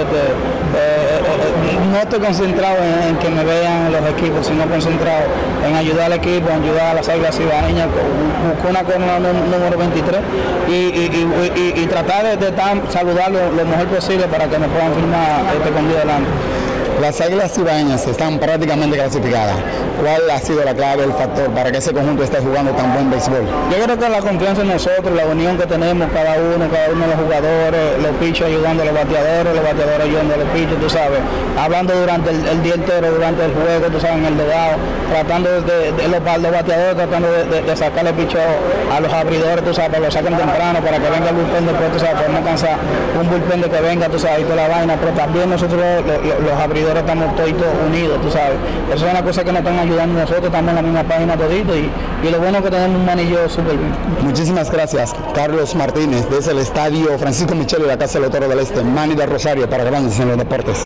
No estoy concentrado en que me vean los equipos, sino concentrado en ayudar al equipo, en ayudar a las Águilas Cibaeñas, buscar una corona número 23 y tratar de estar saludable lo mejor posible para que me puedan firmar con Dios delante. Las Águilas Cibaeñas están prácticamente clasificadas. ¿Cuál ha sido la clave, el factor para que ese conjunto esté jugando tan buen béisbol? Yo creo que la confianza en nosotros, la unión que tenemos cada uno de los jugadores, los pitchers ayudando a los bateadores ayudando a los pitchers, tú sabes, hablando durante el día entero, durante el juego, tú sabes, en el dogado, tratando los bateadores, tratando de sacarle picheo a los abridores, tú sabes, para que lo saquen temprano, para que venga el bullpen después, tú sabes, para no cansar un bullpen de que venga, tú sabes, y toda la vaina, pero también nosotros los abridores estamos todos unidos, tú sabes. Eso es una cosa que nos están ayudando nosotros, estamos en la misma página todito y lo bueno es que tenemos un manillo súper bien. Muchísimas gracias, Carlos Martínez, desde el Estadio Francisco Micheli de la Casa de los Toros del Este, Manny de Rosario, para Grandes en los Deportes.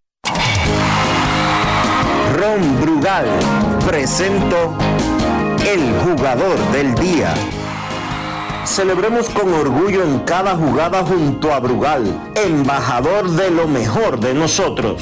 Ron Brugal presento el jugador del día. Celebremos con orgullo en cada jugada junto a Brugal, embajador de lo mejor de nosotros.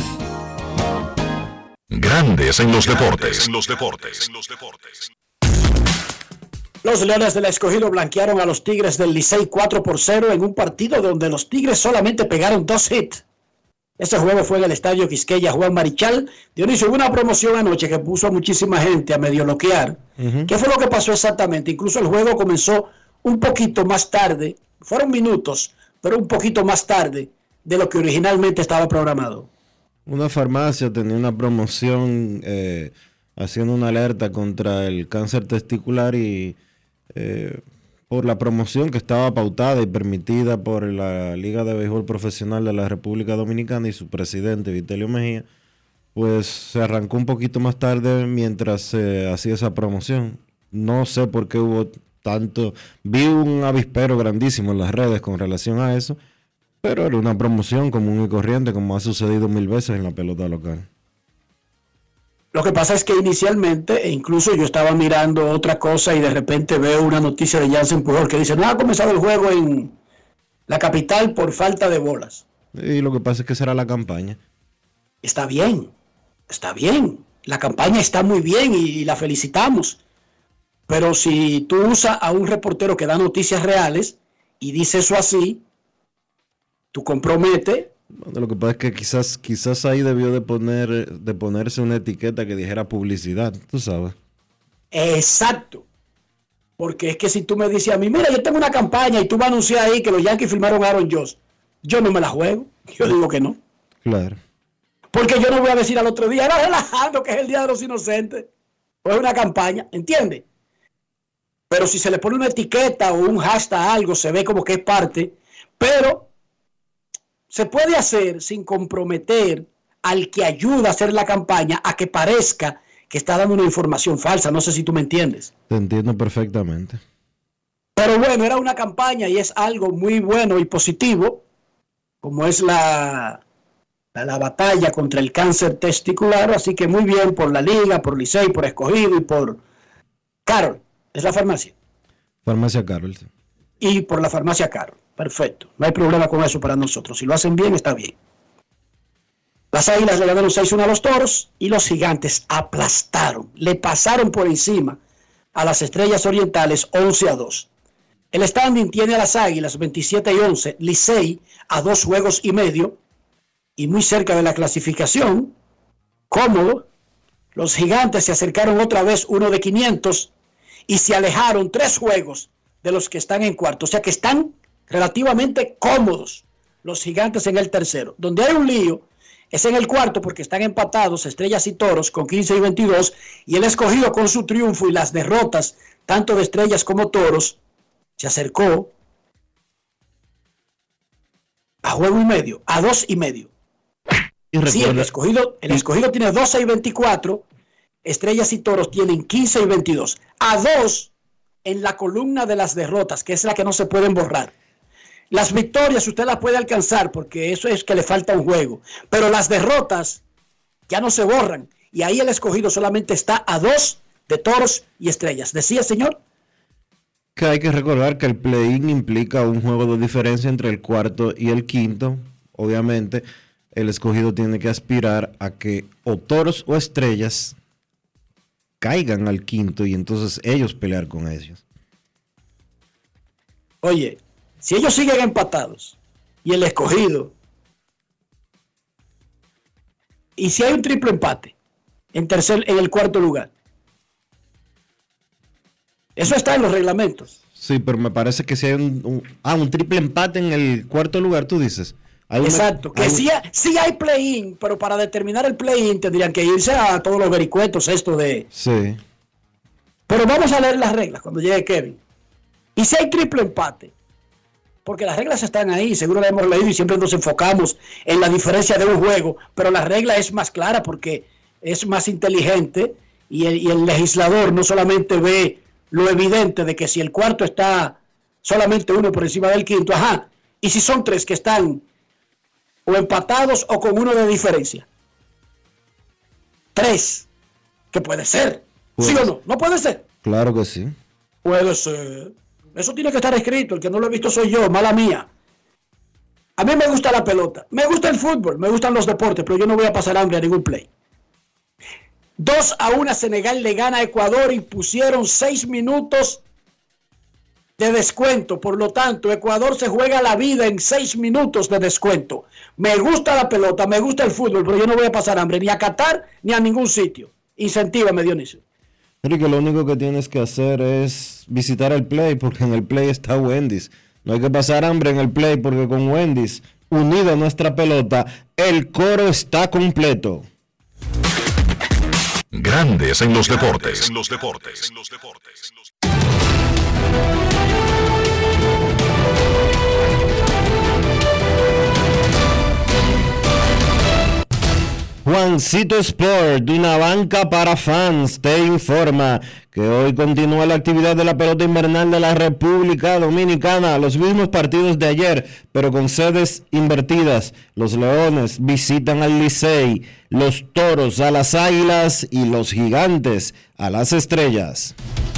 Grandes en los deportes. Los Leones del Escogido blanquearon a los Tigres del Licey 4-0 en un partido donde los Tigres solamente pegaron 2 hits. Ese juego fue en el Estadio Quisqueya Juan Marichal. Dionisio, hubo una promoción anoche que puso a muchísima gente a medio loquear. ¿Qué fue lo que pasó exactamente? Incluso el juego comenzó un poquito más tarde, fueron minutos, pero un poquito más tarde de lo que originalmente estaba programado. Una farmacia tenía una promoción haciendo una alerta contra el cáncer testicular y por la promoción que estaba pautada y permitida por la Liga de Béisbol Profesional de la República Dominicana y su presidente Vitelio Mejía, pues se arrancó un poquito más tarde mientras se hacía esa promoción. No sé por qué hubo tanto, vi un avispero grandísimo en las redes con relación a eso, pero era una promoción común y corriente como ha sucedido 1000 veces en la pelota local. Lo que pasa es que inicialmente, e incluso yo estaba mirando otra cosa y de repente veo una noticia de Jansen Pujol que dice, no ha comenzado el juego en la capital por falta de bolas. Y lo que pasa es que será la campaña. Está bien. La campaña está muy bien y la felicitamos. Pero si tú usas a un reportero que da noticias reales y dice eso así, tú comprometes. Bueno, lo que pasa es que quizás ahí debió de ponerse una etiqueta que dijera publicidad, tú sabes. Exacto. Porque es que si tú me dices a mí, mira, yo tengo una campaña y tú vas a anunciar ahí que los Yankees firmaron a Aaron Judge, yo no me la juego. Yo digo que no. Claro. Porque yo no voy a decir al otro día, era relajando que es el Día de los Inocentes. O es una campaña, ¿entiendes? Pero si se le pone una etiqueta o un hashtag a algo, se ve como que es parte. Pero se puede hacer sin comprometer al que ayuda a hacer la campaña a que parezca que está dando una información falsa. No sé si tú me entiendes. Te entiendo perfectamente. Pero bueno, era una campaña y es algo muy bueno y positivo, como es la batalla contra el cáncer testicular. Así que muy bien por la Liga, por Licey, por Escogido y por Carol. Es la farmacia. Farmacia Carol. Sí. Y por la farmacia Carol. Perfecto. No hay problema con eso para nosotros. Si lo hacen bien, está bien. Las Águilas le ganaron 6-1 a los Toros y los Gigantes aplastaron. Le pasaron por encima a las Estrellas Orientales 11-2. El standing tiene a las Águilas 27-11. Licey a 2 juegos y medio. Y muy cerca de la clasificación. Cómodo. Los Gigantes se acercaron otra vez uno de 500. Y se alejaron 3 juegos de los que están en cuarto. O sea que están relativamente cómodos los Gigantes en el tercero. Donde hay un lío es en el cuarto porque están empatados Estrellas y Toros con 15 y 22. Y el Escogido con su triunfo y las derrotas tanto de Estrellas como Toros se acercó a juego y medio, a 2 y medio. Sí, el escogido tiene 12 y 24. Estrellas y Toros tienen 15 y 22. A 2 en la columna de las derrotas, que es la que no se pueden borrar. Las victorias usted las puede alcanzar porque eso es que le falta un juego. Pero las derrotas ya no se borran. Y ahí el Escogido solamente está a 2 de Toros y Estrellas. ¿Decía, señor? Que hay que recordar que el play-in implica un juego de diferencia entre el cuarto y el quinto. Obviamente, el Escogido tiene que aspirar a que o Toros o Estrellas caigan al quinto y entonces ellos pelear con ellos. Oye, si ellos siguen empatados y el Escogido, y si hay un triple empate en el cuarto lugar, eso está en los reglamentos. Sí, pero me parece que si hay un triple empate en el cuarto lugar, tú dices. Exacto, que sí hay play-in, pero para determinar el play-in tendrían que irse a todos los vericuetos esto de... Sí. Pero vamos a leer las reglas cuando llegue Kevin. Y si hay triple empate, porque las reglas están ahí, seguro las hemos leído y siempre nos enfocamos en la diferencia de un juego, pero la regla es más clara porque es más inteligente y el legislador no solamente ve lo evidente de que si el cuarto está solamente uno por encima del quinto, y si son 3 que están o empatados o con 1 de diferencia. 3, que puede ser. Pues, ¿sí o no? ¿No puede ser? Claro que sí. Puede ser. Eso tiene que estar escrito. El que no lo he visto soy yo, mala mía. A mí me gusta la pelota, me gusta el fútbol, me gustan los deportes, pero yo no voy a pasar hambre a ningún play. 2-1 Senegal le gana a Ecuador y pusieron 6 minutos de descuento. Por lo tanto, Ecuador se juega la vida en 6 minutos de descuento. Me gusta la pelota, me gusta el fútbol, pero yo no voy a pasar hambre ni a Qatar ni a ningún sitio. Incentívame, Dionisio. Enrique, lo único que tienes que hacer es visitar el Play, porque en el Play está Wendy's. No hay que pasar hambre en el Play, porque con Wendy's, unido a nuestra pelota, el coro está completo. Grandes en los deportes. Juancito Sport, una banca para fans, te informa que hoy continúa la actividad de la pelota invernal de la República Dominicana. Los mismos partidos de ayer, pero con sedes invertidas. Los Leones visitan al Licey, los Toros a las Águilas y los Gigantes a las Estrellas.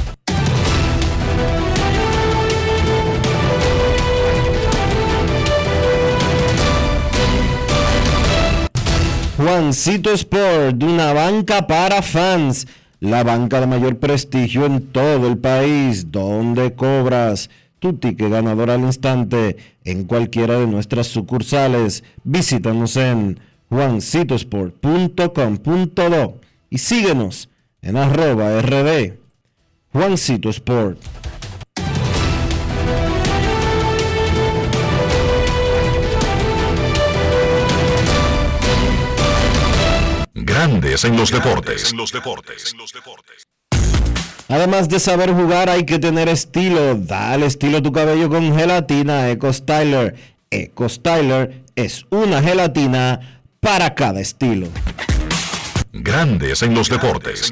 Juancito Sport, una banca para fans, la banca de mayor prestigio en todo el país, donde cobras tu ticket ganador al instante en cualquiera de nuestras sucursales. Visítanos en juancitosport.com.do y síguenos en @RD Juancito Sport. Grandes en los deportes. Además de saber jugar, hay que tener estilo. Dale estilo a tu cabello con gelatina Eco Styler. Eco Styler es una gelatina para cada estilo. Grandes en los deportes.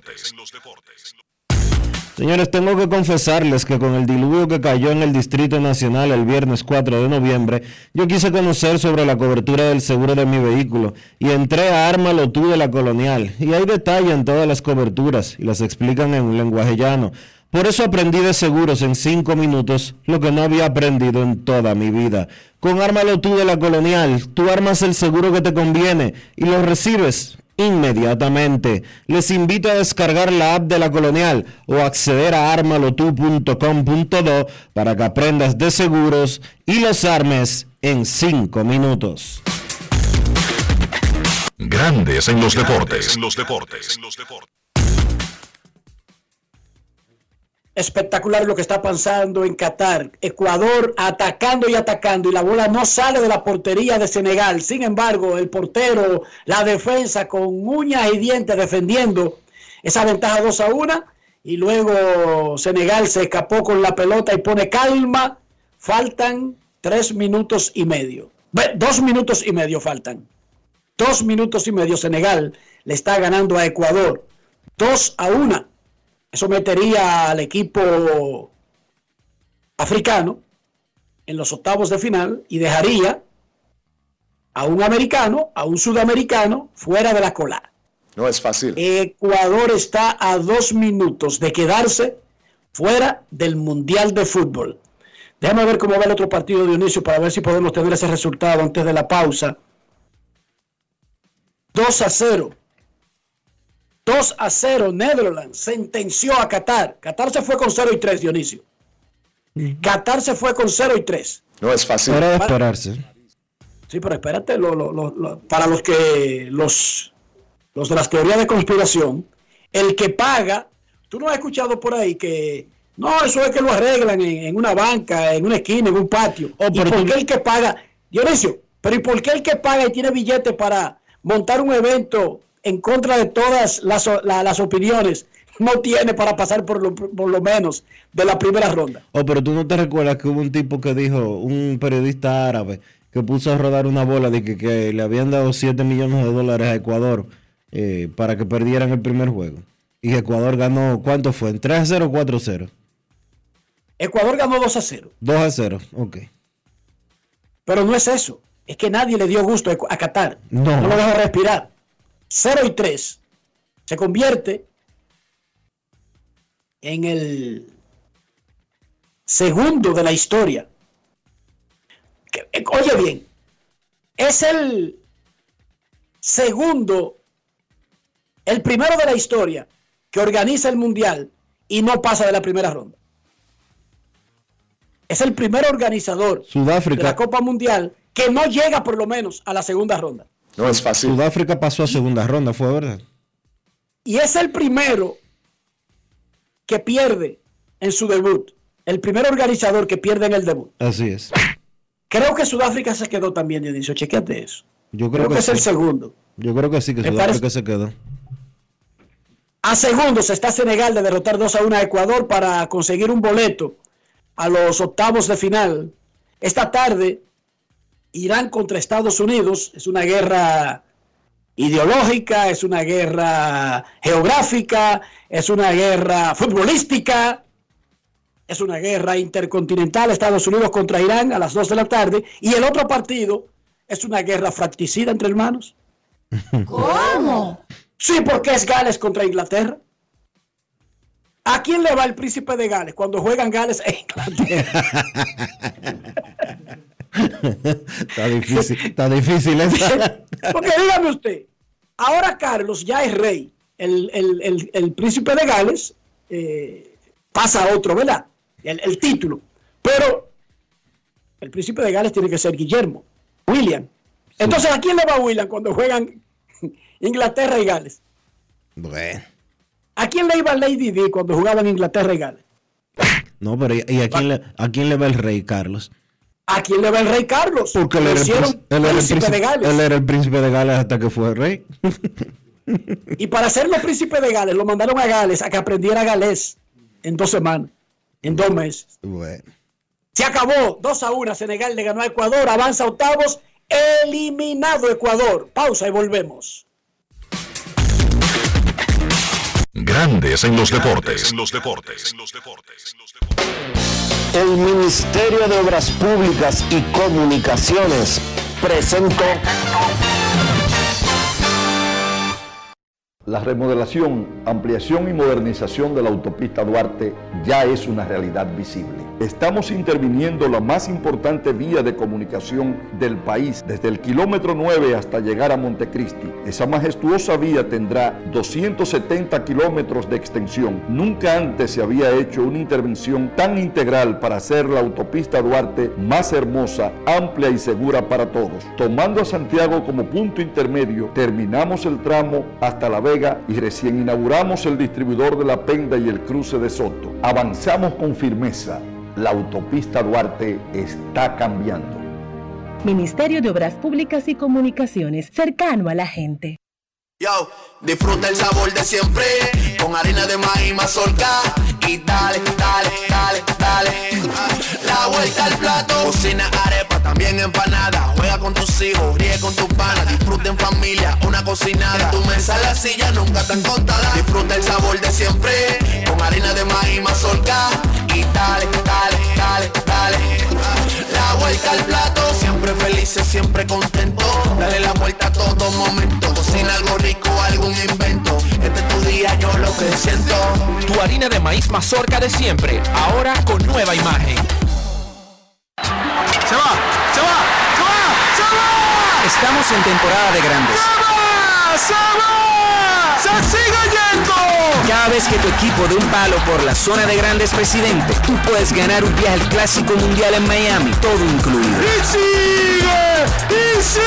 Señores, tengo que confesarles que con el diluvio que cayó en el Distrito Nacional el viernes 4 de noviembre, yo quise conocer sobre la cobertura del seguro de mi vehículo y entré a Ármalo Tú de la Colonial. Y ahí detallan todas las coberturas y las explican en un lenguaje llano. Por eso aprendí de seguros en 5 minutos lo que no había aprendido en toda mi vida. Con Ármalo Tú de la Colonial, tú armas el seguro que te conviene y lo recibes inmediatamente. Les invito a descargar la app de la Colonial o acceder a armalotu.com.do para que aprendas de seguros y los armes en 5 minutos. Grandes en los deportes. Espectacular lo que está pasando en Qatar. Ecuador atacando y la bola no sale de la portería de Senegal. Sin embargo, el portero, la defensa con uñas y dientes defendiendo esa ventaja 2-1 y luego Senegal se escapó con la pelota y pone calma. Faltan 3 minutos y medio. 2 minutos y medio faltan. 2 minutos y medio. Senegal le está ganando a Ecuador 2-1. Eso metería al equipo africano en los octavos de final y dejaría a un americano, a un sudamericano fuera de la cola. No es fácil. Ecuador está a 2 minutos de quedarse fuera del Mundial de Fútbol. Déjame ver cómo va el otro partido, Dionisio, para ver si podemos tener ese resultado antes de la pausa. 2-0. 2-0, Netherlands sentenció a Qatar. Qatar se fue con 0-3, Dionisio. Qatar se fue con 0-3. No es fácil. Era de esperarse. Sí, pero espérate, para los de las teorías de conspiración, el que paga, tú no has escuchado por ahí que, no, eso es que lo arreglan en una banca, en una esquina, en un patio. ¿Y por qué el que paga, Dionisio, pero ¿y por qué el que paga y tiene billete para montar un evento en contra de todas las opiniones, no tiene para pasar por lo menos de la primera ronda? Pero tú no te recuerdas que hubo un tipo que dijo, un periodista árabe, que puso a rodar una bola de que le habían dado $7 millones a Ecuador para que perdieran el primer juego. Y Ecuador ganó, ¿cuánto fue? ¿En 3-0 o 4-0? Ecuador ganó 2-0. 2-0, ok. Pero no es eso. Es que nadie le dio gusto a Qatar. No lo dejó respirar. 0-3 se convierte en el segundo de la historia. Oye bien, es el segundo, el primero de la historia que organiza el Mundial y no pasa de la primera ronda. Es el primer organizador Sudáfrica, de la Copa Mundial que no llega por lo menos a la segunda ronda. No es fácil. Sudáfrica pasó a segunda ronda, fue verdad. Y es el primero que pierde en su debut. El primer organizador que pierde en el debut. Así es. Creo que Sudáfrica se quedó también, Dionisio. Chequéate eso. Yo creo que es sí. el segundo. Yo creo que sí, que Sudáfrica se quedó. A segundos está Senegal de derrotar 2-1 a Ecuador para conseguir un boleto a los octavos de final. Esta tarde, Irán contra Estados Unidos. Es una guerra ideológica, es una guerra geográfica, es una guerra futbolística, es una guerra intercontinental. Estados Unidos contra Irán a las 2 de la tarde. Y el otro partido es una guerra fratricida entre hermanos. ¿Cómo? Sí, porque es Gales contra Inglaterra. ¿A quién le va el príncipe de Gales cuando juegan Gales e Inglaterra? Está difícil esa. Porque dígame usted, ahora Carlos ya es rey. El príncipe de Gales pasa a otro, ¿verdad? El título. Pero el príncipe de Gales tiene que ser Guillermo, William. Entonces, ¿a quién le va William cuando juegan Inglaterra y Gales? Bueno. ¿A quién le iba Lady Di cuando jugaban Inglaterra y Gales? No, pero ¿y a quién le va el rey, Carlos? ¿A quién le va el rey Carlos? Porque él era el príncipe de Gales hasta que fue rey. Y para hacerlo príncipe de Gales, lo mandaron a Gales a que aprendiera galés en 2 semanas, en 2 meses. Bueno. Se acabó, 2-1, Senegal le ganó a Ecuador, avanza a octavos, eliminado Ecuador. Pausa y volvemos. Grandes en los deportes. El Ministerio de Obras Públicas y Comunicaciones presentó La remodelación, ampliación y modernización de la autopista Duarte ya es una realidad visible. Estamos interviniendo la más importante vía de comunicación del país, desde el kilómetro 9 hasta llegar a Montecristi. Esa majestuosa vía tendrá 270 kilómetros de extensión. Nunca antes se había hecho una intervención tan integral para hacer la autopista Duarte más hermosa, amplia y segura para todos. Tomando a Santiago como punto intermedio, terminamos el tramo hasta La Vega y recién inauguramos el distribuidor de La Penda y el cruce de Soto. Avanzamos con firmeza. La autopista Duarte está cambiando. Ministerio de Obras Públicas y Comunicaciones, cercano a la gente. Yo, disfruta el sabor de siempre, con harina de maíz mazorca y dale, dale, dale, dale. La vuelta al plato, cocina arepa, también empanada. Juega con tus hijos, ríe con tus panas, disfruta en familia, una cocinada. En tu mesa la silla nunca tan contada. Disfruta el sabor de siempre, con harina de maíz mazorca y dale, dale, dale, dale. La vuelta al plato, siempre felices, siempre contentos. Dale la vuelta a todo momento, cocina algo rico, algún invento. Este es tu día, yo lo que siento. Tu harina de maíz mazorca de siempre, ahora con nueva imagen. ¡Se va! Estamos en temporada de grandes. ¡Se va! ¡Se sigue yendo! Cada vez que tu equipo dé un palo por la zona de grandes Presidente, tú puedes ganar un viaje al Clásico Mundial en Miami, todo incluido. ¡Y sigue!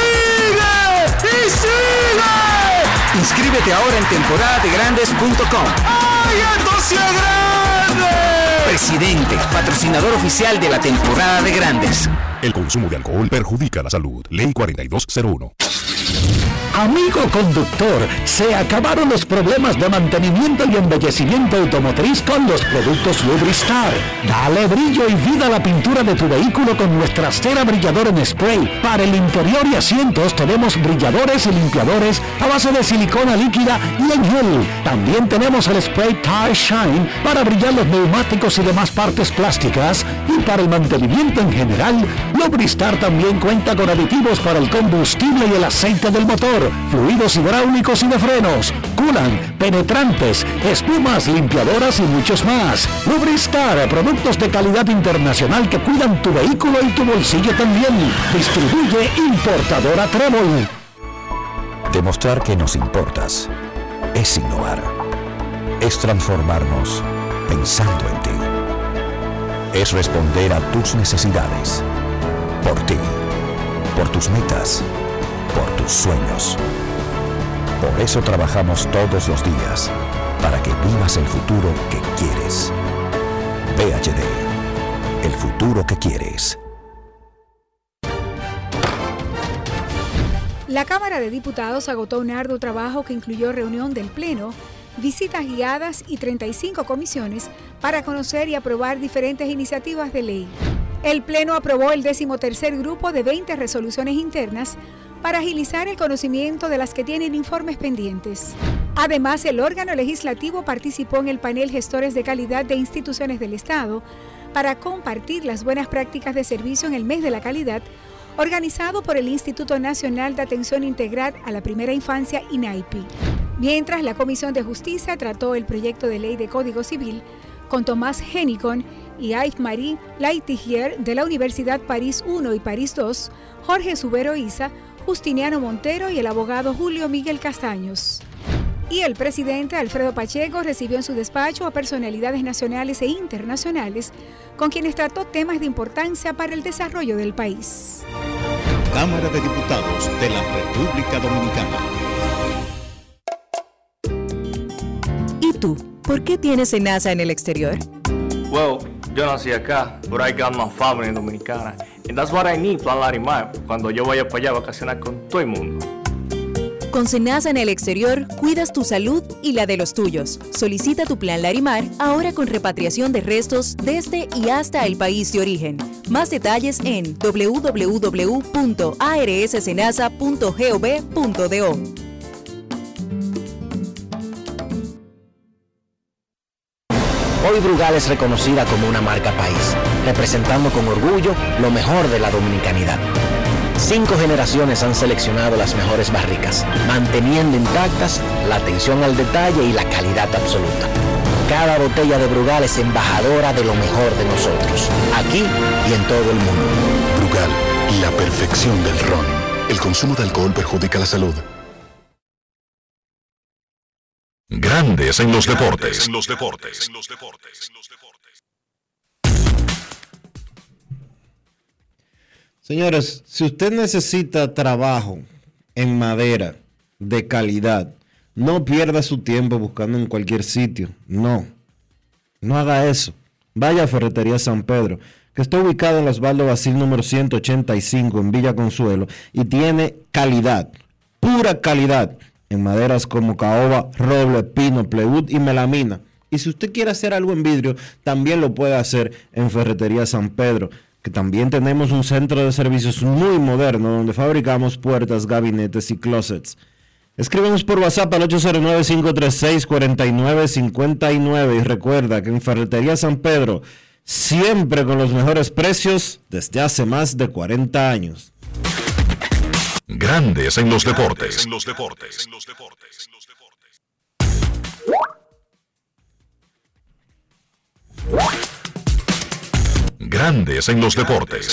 Inscríbete ahora en temporadadegrandes.com. ¡Ay, esto sí es grande! Presidente, patrocinador oficial de la temporada de grandes. El consumo de alcohol perjudica la salud. Ley 4201. Amigo conductor, se acabaron los problemas de mantenimiento y embellecimiento automotriz con los productos Lubristar. Dale brillo y vida a la pintura de tu vehículo con nuestra cera brillador en spray. Para el interior y asientos tenemos brilladores y limpiadores a base de silicona líquida y en gel. También tenemos el spray Tire Shine para brillar los neumáticos y demás partes plásticas. Y para el mantenimiento en general, Lubristar también cuenta con aditivos para el combustible y el aceite del motor, fluidos hidráulicos y de frenos, culan, penetrantes, espumas, limpiadoras y muchos más. Lubristar, productos de calidad internacional que cuidan tu vehículo y tu bolsillo también. Distribuye importadora Trébol. Demostrar que nos importas es innovar. Es transformarnos pensando en ti. es responder a tus necesidades. Por ti, por tus metas, por tus sueños. Por eso trabajamos todos los días, para que vivas el futuro que quieres. VHD, el futuro que quieres. La Cámara de Diputados agotó un arduo trabajo que incluyó reunión del Pleno, visitas guiadas y 35 comisiones para conocer y aprobar diferentes iniciativas de ley. El Pleno aprobó el 13º grupo de 20 resoluciones internas para agilizar el conocimiento de las que tienen informes pendientes. Además, el órgano legislativo participó en el panel Gestores de Calidad de Instituciones del Estado para compartir las buenas prácticas de servicio en el mes de la calidad, organizado por el Instituto Nacional de Atención Integral a la Primera Infancia, INAIPI. Mientras, la Comisión de Justicia trató el proyecto de ley de Código Civil con Tomás Hennicon y Yves-Marie Laitigier de la Universidad París I y París II, Jorge Subero Isa, Justiniano Montero y el abogado Julio Miguel Castaños. Y el presidente Alfredo Pacheco recibió en su despacho a personalidades nacionales e internacionales con quienes trató temas de importancia para el desarrollo del país. Cámara de Diputados de la República Dominicana. ¿Y tú? ¿Por qué tienes SENASA en el exterior? Well, yo nací acá, but I got my family dominicana. And that's what I need, Plan Larimar, cuando yo vaya para allá a vacacionar con todo el mundo. Con SENASA en el exterior, cuidas tu salud y la de los tuyos. Solicita tu Plan Larimar ahora con repatriación de restos desde y hasta el país de origen. Más detalles en www.arssenasa.gov.do. Hoy Brugal es reconocida como una marca país, representando con orgullo lo mejor de la dominicanidad. 5 generaciones han seleccionado las mejores barricas, manteniendo intactas la atención al detalle y la calidad absoluta. Cada botella de Brugal es embajadora de lo mejor de nosotros, aquí y en todo el mundo. Brugal, la perfección del ron. El consumo de alcohol perjudica la salud. Grandes en los deportes. Señores, si usted necesita trabajo en madera de calidad, no pierda su tiempo buscando en cualquier sitio. No haga eso. Vaya a Ferretería San Pedro, que está ubicado en la Osvaldo Basil número 185 en Villa Consuelo y tiene calidad, pura calidad, en maderas como caoba, roble, pino, plywood y melamina. Y si usted quiere hacer algo en vidrio, también lo puede hacer en Ferretería San Pedro, que también tenemos un centro de servicios muy moderno donde fabricamos puertas, gabinetes y closets. Escríbenos por WhatsApp al 809-536-4959 y recuerda que en Ferretería San Pedro, siempre con los mejores precios desde hace más de 40 años. Grandes en los deportes. Grandes en los deportes.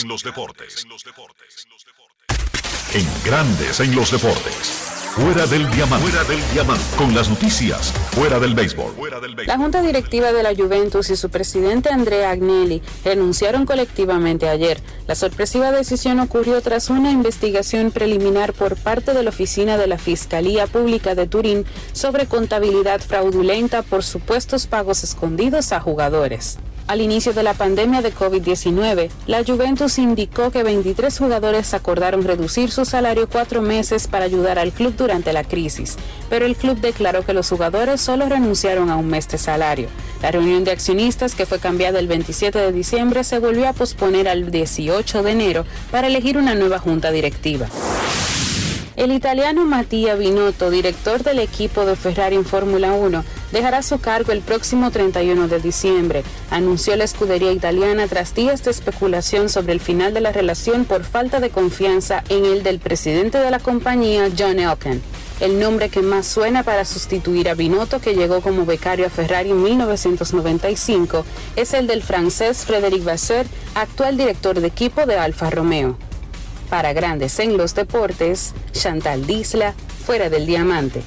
En Grandes en los deportes. Fuera del diamante. Con las noticias. Fuera del béisbol. La Junta Directiva de la Juventus y su presidente Andrea Agnelli renunciaron colectivamente ayer. La sorpresiva decisión ocurrió tras una investigación preliminar por parte de la oficina de la Fiscalía Pública de Turín sobre contabilidad fraudulenta por supuestos pagos escondidos a jugadores. Al inicio de la pandemia de COVID-19, la Juventus indicó que 23 jugadores acordaron reducir su salario 4 meses para ayudar al club durante la crisis, pero el club declaró que los jugadores solo renunciaron a un mes de salario. La reunión de accionistas, que fue cambiada el 27 de diciembre, se volvió a posponer al 18 de enero para elegir una nueva junta directiva. El italiano Mattia Binotto, director del equipo de Ferrari en Fórmula 1, dejará su cargo el próximo 31 de diciembre, anunció la escudería italiana tras días de especulación sobre el final de la relación por falta de confianza en el del presidente de la compañía, John Elkann. El nombre que más suena para sustituir a Binotto, que llegó como becario a Ferrari en 1995, es el del francés Frédéric Vasseur, actual director de equipo de Alfa Romeo. Para Grandes en los deportes, Chantal Disla, Fuera del Diamante.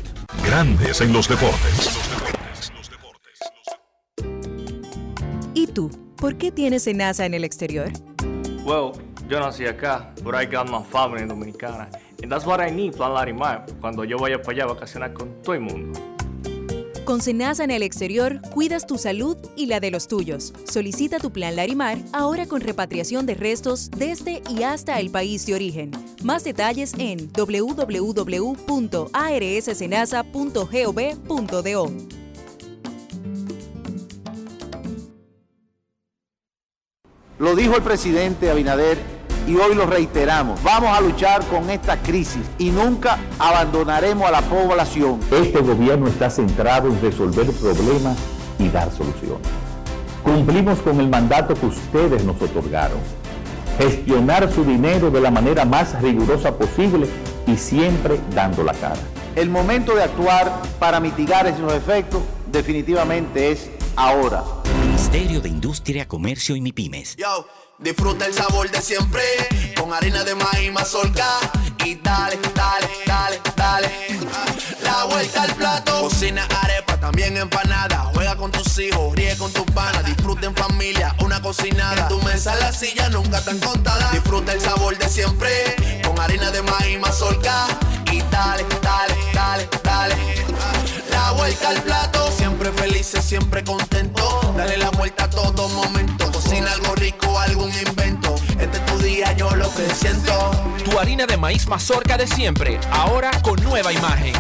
Grandes en los deportes. ¿Y tú? ¿por qué tienes SENASA en el exterior? Well, yo nací acá, but I got my family dominicana. And that's what I need, Plan Larimar, cuando yo vaya para allá a vacacionar con todo el mundo. Con SENASA en el exterior, cuidas tu salud y la de los tuyos. Solicita tu plan Larimar ahora con repatriación de restos desde y hasta el país de origen. Más detalles en www.arssenasa.gov.do. Lo dijo el presidente Abinader y hoy lo reiteramos. Vamos a luchar con esta crisis y nunca abandonaremos a la población. Este gobierno está centrado en resolver problemas y dar soluciones. Cumplimos con el mandato que ustedes nos otorgaron. Gestionar su dinero de la manera más rigurosa posible y siempre dando la cara. El momento de actuar para mitigar esos efectos definitivamente es ahora. Ministerio de Industria, Comercio y MIPYMES. Yo, disfruta el sabor de siempre con harina de maíz mazorca y dale, dale, dale, dale. La vuelta al plato, cocina arepa, también empanada. Juega con tus hijos, ríe con tus panas, disfruta en familia, una cocinada. En tu mesa la silla nunca tan contada. Disfruta el sabor de siempre con harina de maíz mazorca y dale, dale, dale, dale. La vuelta al plato, siempre felices, siempre contentos. Dale la vuelta a todo momento. Cocina algo rico, algún invento. Este es tu día, yo lo que siento. Tu harina de maíz mazorca de siempre, ahora con nueva imagen.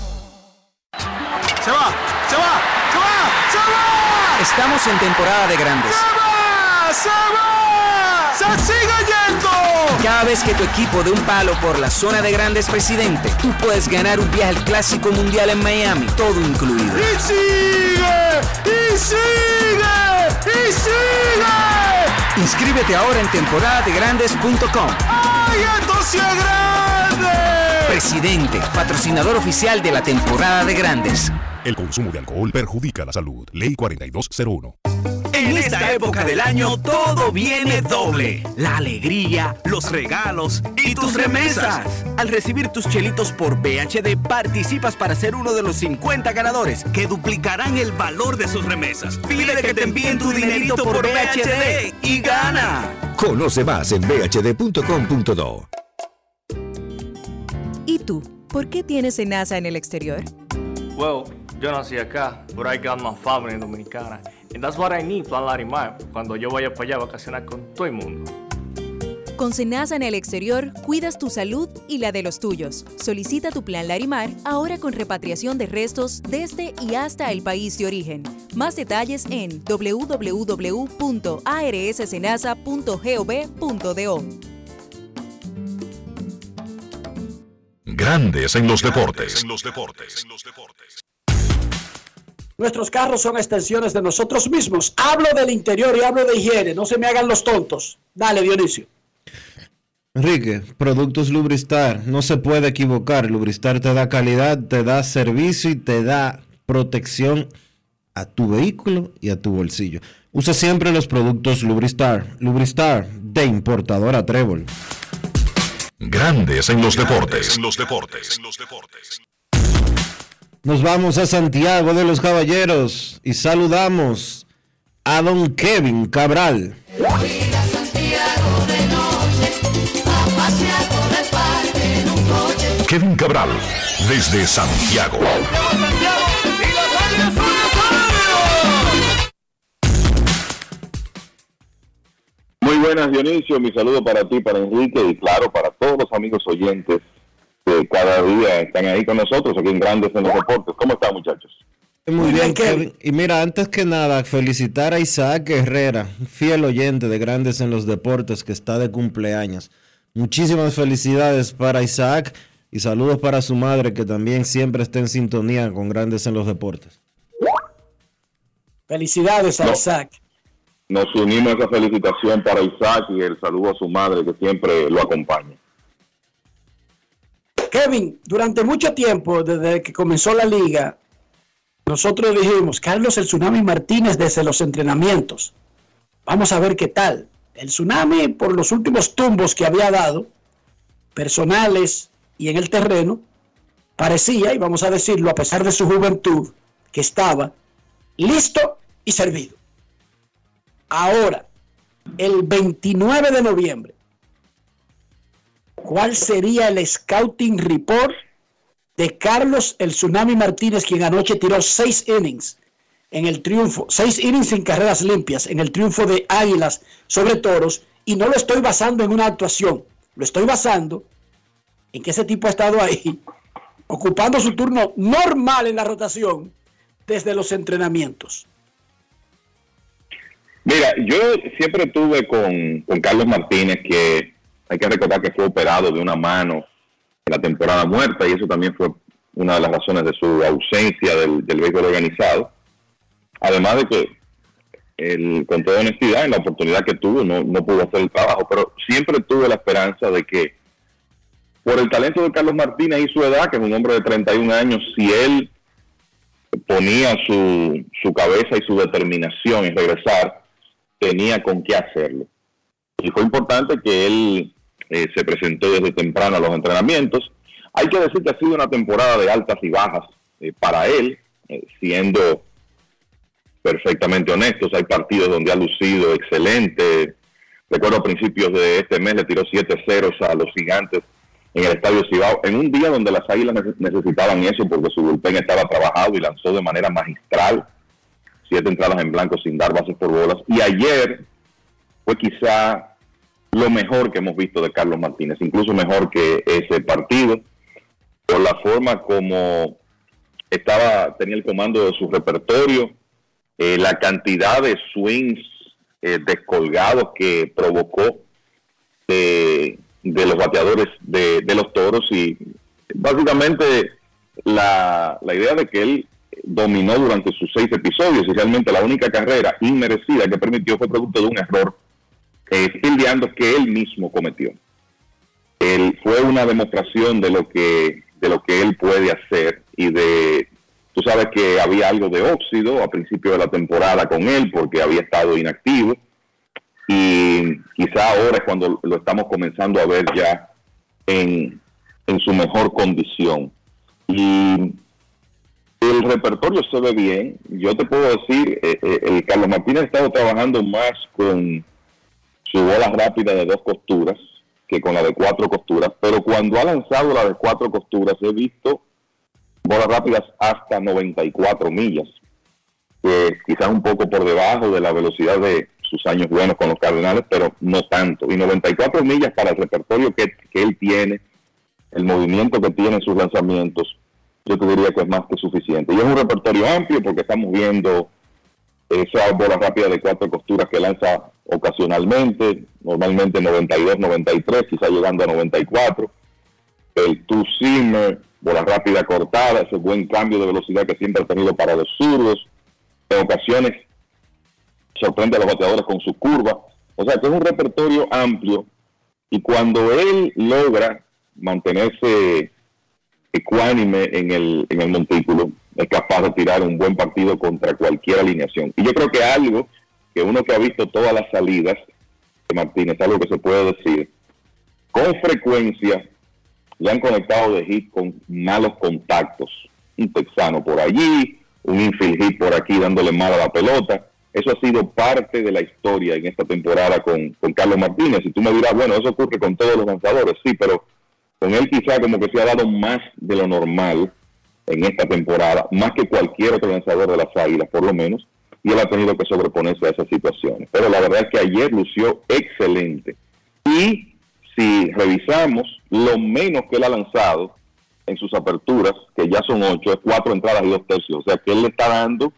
¡Se va! ¡Se va! ¡Se va! ¡Se va! Estamos en temporada de grandes. ¡Se va! ¡Se va! ¡Se sigue yendo! Cada vez que tu equipo dé un palo por la zona de grandes Presidente, tú puedes ganar un viaje al Clásico Mundial en Miami, todo incluido. ¡Y sigue! ¡Y sigue! ¡Y sigue! Inscríbete ahora en temporadadegrandes.com. ¡Ay, esto sí es grande! Presidente, patrocinador oficial de la temporada de grandes. El consumo de alcohol perjudica la salud. Ley 4201. En esta época del año todo viene doble. La alegría, los regalos y tus remesas. Al recibir tus chelitos por BHD, participas para ser uno de los 50 ganadores que duplicarán el valor de sus remesas. Pide que te envíen tu dinerito por BHD y gana. Conoce más en bhd.com.do. ¿Y tú? ¿Por qué tienes SENASA en el exterior? Well, yo nací acá, but I got my family dominicana. And that's what I need, Plan Larimar, cuando yo vaya para allá a vacacionar con todo el mundo. Con SENASA en el exterior, cuidas tu salud y la de los tuyos. Solicita tu plan Larimar ahora con repatriación de restos desde y hasta el país de origen. Más detalles en www.arssenasa.gov.do. Grandes en los deportes. Nuestros carros son extensiones de nosotros mismos. Hablo del interior y hablo de higiene. No se me hagan los tontos. Dale, Dionisio. Enrique, productos Lubristar. No se puede equivocar. Lubristar te da calidad, te da servicio y te da protección a tu vehículo y a tu bolsillo. Usa siempre los productos Lubristar. Lubristar, de importadora Trébol. Grandes en los deportes. Nos vamos a Santiago de los Caballeros y saludamos a don Kevin Cabral. Kevin Cabral, desde Santiago. Muy buenas, Dionisio. Mi saludo para ti, para Enrique y claro, para todos los amigos oyentes que cada día están ahí con nosotros, aquí en Grandes en los Deportes. ¿Cómo están, muchachos? Muy bien, Kevin. Y mira, antes que nada, felicitar a Isaac Herrera, fiel oyente de Grandes en los Deportes, que está de cumpleaños. Muchísimas felicidades para Isaac y saludos para su madre, que también siempre está en sintonía con Grandes en los Deportes. Felicidades a Isaac. Nos unimos a esa felicitación para Isaac y el saludo a su madre, que siempre lo acompaña. Kevin, durante mucho tiempo, desde que comenzó la liga, nosotros dijimos, Carlos el Tsunami Martínez desde los entrenamientos. Vamos a ver qué tal. El Tsunami, por los últimos tumbos que había dado, personales y en el terreno, parecía, y vamos a decirlo, a pesar de su juventud, que estaba listo y servido. Ahora, el 29 de noviembre, ¿cuál sería el scouting report de Carlos el Tsunami Martínez, quien anoche tiró 6 innings en el triunfo, 6 innings sin carreras limpias en el triunfo de Águilas sobre Toros? Y no lo estoy basando en una actuación, lo estoy basando en que ese tipo ha estado ahí, ocupando su turno normal en la rotación desde los entrenamientos. Mira, yo siempre tuve con Carlos Martínez, que hay que recordar que fue operado de una mano en la temporada muerta, y eso también fue una de las razones de su ausencia del béisbol organizado. Además de que, con toda honestidad, en la oportunidad que tuvo, no pudo hacer el trabajo, pero siempre tuve la esperanza de que, por el talento de Carlos Martínez y su edad, que es un hombre de 31 años, si él ponía su cabeza y su determinación en regresar, tenía con qué hacerlo. Y fue importante que él se presentó desde temprano a los entrenamientos. Hay que decir que ha sido una temporada de altas y bajas para él, siendo perfectamente honestos. Hay partidos donde ha lucido excelente. Recuerdo a principios de este mes le tiró 7-0 a los Gigantes en el Estadio Cibao, en un día donde las Águilas necesitaban eso porque su bullpen estaba trabajado, y lanzó de manera magistral 7 entradas en blanco sin dar bases por bolas. Y ayer fue quizá lo mejor que hemos visto de Carlos Martínez, incluso mejor que ese partido, por la forma como tenía el comando de su repertorio, la cantidad de swings descolgados que provocó de los bateadores de los Toros, y básicamente la idea de que él dominó durante sus 6 episodios, y realmente la única carrera inmerecida que permitió fue producto de un error fildeando que él mismo cometió. Fue una demostración de lo que él puede hacer, y tú sabes que había algo de óxido a principio de la temporada con él porque había estado inactivo, y quizá ahora es cuando lo estamos comenzando a ver ya en su mejor condición. Y el repertorio se ve bien. Yo te puedo decir, el Carlos Martínez ha estado trabajando más con su bola rápida de 2 costuras que con la de 4 costuras, pero cuando ha lanzado la de 4 costuras he visto bolas rápidas hasta 94 millas, quizás un poco por debajo de la velocidad de sus años buenos con los Cardenales, pero no tanto. Y 94 millas para el repertorio que él tiene, el movimiento que tiene en sus lanzamientos, yo te diría que es más que suficiente. Y es un repertorio amplio porque estamos viendo esa bola rápida de 4 costuras que lanza ocasionalmente, normalmente 92, 93, quizá llegando a 94. El two-seamer, bola rápida cortada, ese buen cambio de velocidad que siempre ha tenido para los zurdos. En ocasiones sorprende a los bateadores con su curva. O sea que es un repertorio amplio, y cuando él logra mantenerse ecuánime en el montículo, es capaz de tirar un buen partido contra cualquier alineación. Y yo creo que algo que uno que ha visto todas las salidas de Martínez, algo que se puede decir, con frecuencia le han conectado de hit con malos contactos. Un texano por allí, un infield hit por aquí dándole mal a la pelota. Eso ha sido parte de la historia en esta temporada con Carlos Martínez. Y tú me dirás, bueno, eso ocurre con todos los lanzadores. Sí, pero con él quizá como que se ha dado más de lo normal en esta temporada, más que cualquier otro lanzador de las Águilas, por lo menos, y él ha tenido que sobreponerse a esas situaciones. Pero la verdad es que ayer lució excelente. Y si revisamos, lo menos que él ha lanzado en sus aperturas, que ya son 8, es 4 entradas y 2 tercios. O sea que él le está dando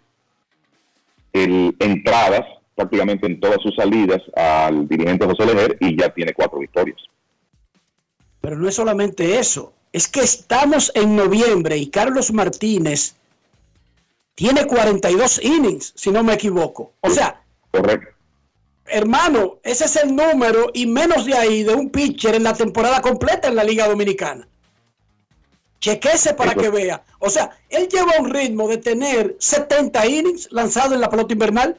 entradas prácticamente en todas sus salidas al dirigente José Leger, y ya tiene 4 victorias. Pero no es solamente eso, es que estamos en noviembre y Carlos Martínez tiene 42 innings, si no me equivoco. O sea, correcto, hermano, ese es el número y menos de ahí de un pitcher en la temporada completa en la Liga Dominicana. Chequese para que vea. O sea, él lleva un ritmo de tener 70 innings lanzado en la pelota invernal.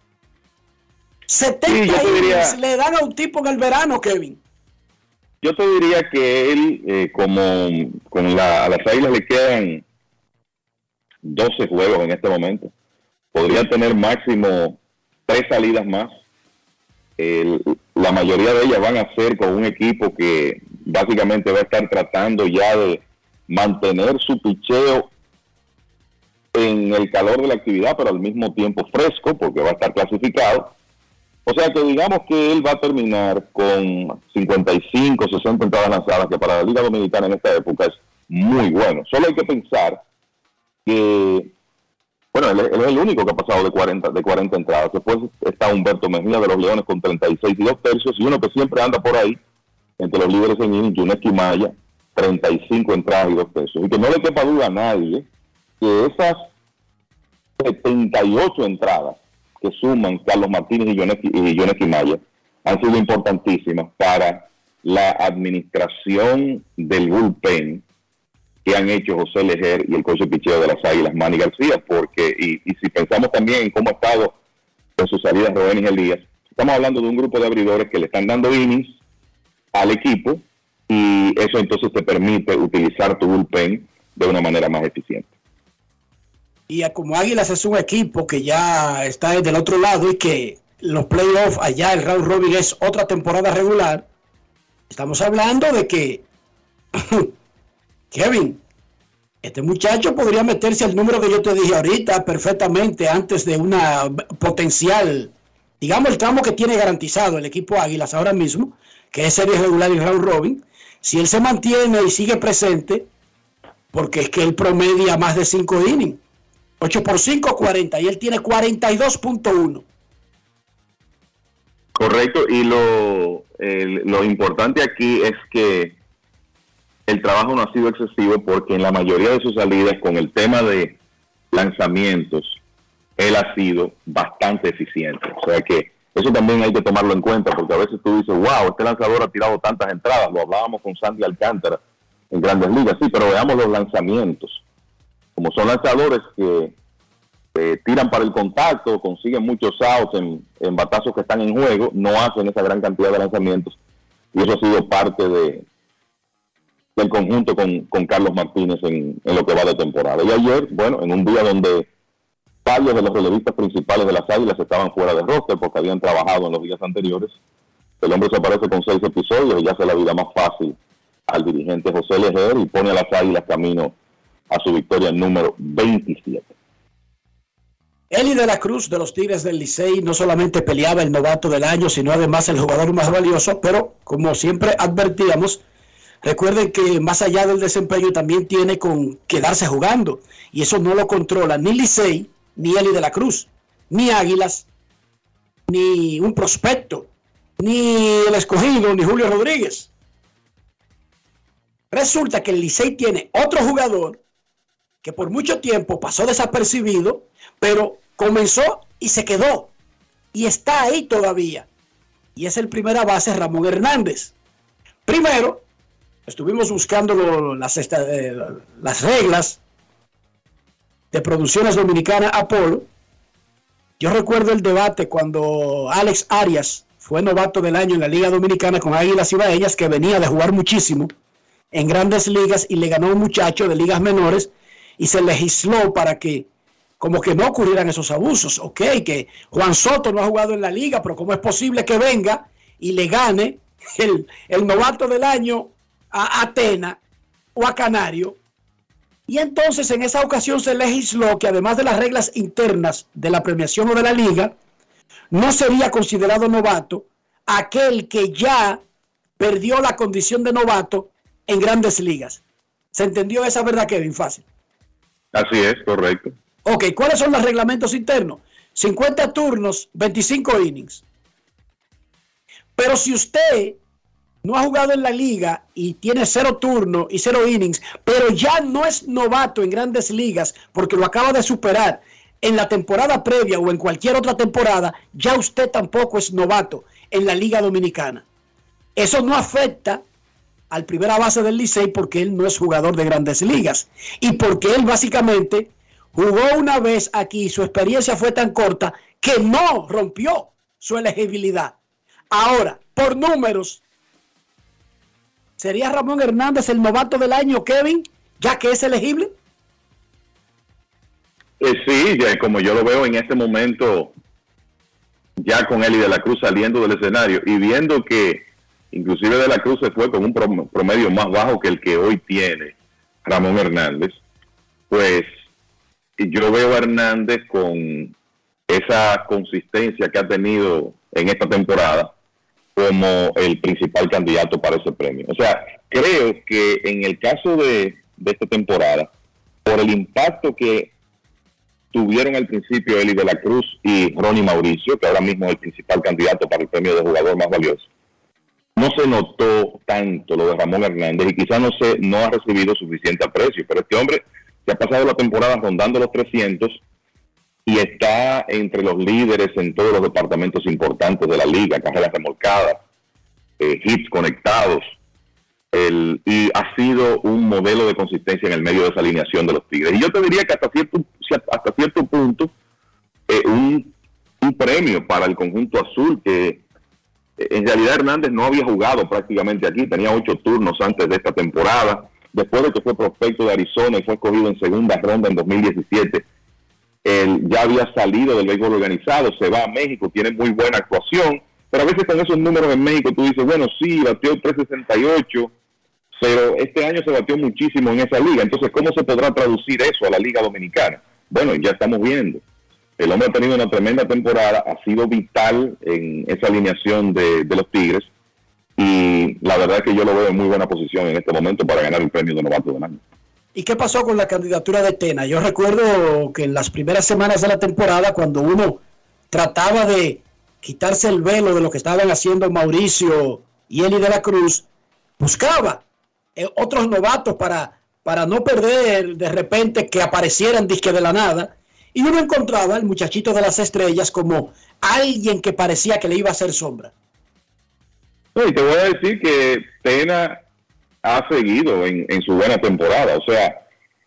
70 innings le dan a un tipo en el verano, Kevin. Yo te diría que él, a las Águilas le quedan 12 juegos en este momento. Podría tener máximo 3 salidas más la mayoría de ellas van a ser con un equipo que básicamente va a estar tratando ya de mantener su picheo en el calor de la actividad, pero al mismo tiempo fresco, porque va a estar clasificado. O sea que digamos que él va a terminar con 55, 60 entradas lanzadas, que para la Liga Dominicana en esta época es muy bueno. Solo hay que pensar que, bueno, él es el único que ha pasado de 40 entradas. Después está Humberto Mejía de los Leones con 36 y 2 tercios, y uno que siempre anda por ahí, entre los líderes en innings, Yuneski Maya, 35 entradas y 2 tercios. Y que no le quepa duda a nadie que esas 78 entradas que suman Carlos Martínez y Yuneski Maya han sido importantísimas para la administración del bullpen que han hecho José Leger y el coach de picheo de las Águilas, Manny García, porque, y si pensamos también en cómo ha estado en sus salidas Robenis Elías, estamos hablando de un grupo de abridores que le están dando innings al equipo, y eso entonces te permite utilizar tu bullpen de una manera más eficiente. Y como Águilas es un equipo que ya está del otro lado y que los playoffs allá, el round robin es otra temporada regular, estamos hablando de que Kevin, este muchacho podría meterse al número que yo te dije ahorita perfectamente antes de una potencial, digamos el tramo que tiene garantizado el equipo Águilas ahora mismo, que es serie regular y round robin. Si él se mantiene y sigue presente, porque es que él promedia más de 5 innings, 8 por 5, 40, y él tiene 42.1. Correcto, y lo importante aquí es que el trabajo no ha sido excesivo, porque en la mayoría de sus salidas, con el tema de lanzamientos, él ha sido bastante eficiente. O sea que eso también hay que tomarlo en cuenta, porque a veces tú dices, wow, este lanzador ha tirado tantas entradas. Lo hablábamos con Sandy Alcántara en Grandes Ligas, sí, pero veamos los lanzamientos. Como son lanzadores que tiran para el contacto, consiguen muchos outs en batazos que están en juego, no hacen esa gran cantidad de lanzamientos, y eso ha sido parte del conjunto con Carlos Martínez en lo que va de temporada. Y ayer, bueno, en un día donde varios de los relevistas principales de las Águilas estaban fuera de roster porque habían trabajado en los días anteriores, el hombre se aparece con 6 episodios y hace la vida más fácil al dirigente José Leger y pone a las Águilas camino a su victoria número 27. Eli de la Cruz de los Tigres del Licey no solamente peleaba el novato del año, sino además el jugador más valioso, pero como siempre advertíamos, recuerden que más allá del desempeño también tiene con quedarse jugando, y eso no lo controla ni Licey, ni Eli de la Cruz, ni Águilas, ni un prospecto, ni el Escogido, ni Julio Rodríguez. Resulta que el Licey tiene otro jugador que por mucho tiempo pasó desapercibido, pero comenzó y se quedó, y está ahí todavía, y es el primera base Ramón Hernández. Primero, estuvimos buscando las reglas de Producciones Dominicanas Apolo. Yo recuerdo el debate cuando Alex Arias fue novato del año en la Liga Dominicana con Águilas Ibaeñas, que venía de jugar muchísimo en Grandes Ligas y le ganó a un muchacho de ligas menores, y se legisló para que como que no ocurrieran esos abusos. Ok, que Juan Soto no ha jugado en la liga, pero ¿cómo es posible que venga y le gane el novato del año a Atena o a Canario? Y entonces en esa ocasión se legisló que además de las reglas internas de la premiación o de la liga, no sería considerado novato aquel que ya perdió la condición de novato en Grandes Ligas. ¿Se entendió esa verdad, Kevin? Fácil. Así es, correcto. Ok, ¿cuáles son los reglamentos internos? 50 turnos, 25 innings. Pero si usted no ha jugado en la liga y tiene 0 turnos y 0 innings, pero ya no es novato en Grandes Ligas porque lo acaba de superar en la temporada previa o en cualquier otra temporada, ya usted tampoco es novato en la Liga Dominicana. Eso no afecta al primera base del Licey porque él no es jugador de Grandes Ligas y porque él básicamente jugó una vez aquí y su experiencia fue tan corta que no rompió su elegibilidad. Ahora, por números, ¿sería Ramón Hernández el novato del año, Kevin, ya que es elegible? Sí, ya como yo lo veo en este momento, ya con Eli de la Cruz saliendo del escenario y viendo que inclusive de la Cruz se fue con un promedio más bajo que el que hoy tiene Ramón Hernández, pues yo veo a Hernández con esa consistencia que ha tenido en esta temporada como el principal candidato para ese premio. O sea, creo que en el caso de esta temporada, por el impacto que tuvieron al principio Eli de la Cruz y Ronnie Mauricio, que ahora mismo es el principal candidato para el premio de jugador más valioso, no se notó tanto lo de Ramón Hernández y quizás no ha recibido suficiente aprecio, pero este hombre se ha pasado la temporada rondando los 300 y está entre los líderes en todos los departamentos importantes de la liga, carreras remolcadas, hits conectados, y ha sido un modelo de consistencia en el medio de esa alineación de los Tigres. Y yo te diría que hasta cierto punto un premio para el conjunto azul, que en realidad Hernández no había jugado prácticamente aquí, tenía 8 turnos antes de esta temporada, después de que fue prospecto de Arizona y fue escogido en segunda ronda en 2017. Él ya había salido del béisbol organizado, se va a México, tiene muy buena actuación, pero a veces con esos números en México tú dices, bueno, sí, batió 368, pero este año se batió muchísimo en esa liga. Entonces, ¿cómo se podrá traducir eso a la Liga Dominicana? Bueno, ya estamos viendo. El hombre ha tenido una tremenda temporada, ha sido vital en esa alineación de los Tigres, y la verdad es que yo lo veo en muy buena posición en este momento para ganar el premio de novato del año. ¿Y qué pasó con la candidatura de Tena? Yo recuerdo que en las primeras semanas de la temporada, cuando uno trataba de quitarse el velo de lo que estaban haciendo Mauricio y Eli de la Cruz, buscaba otros novatos para no perder de repente que aparecieran disque de la nada, y uno encontraba al muchachito de las estrellas como alguien que parecía que le iba a hacer sombra. No, y te voy a decir que Tena ha seguido en su buena temporada. O sea,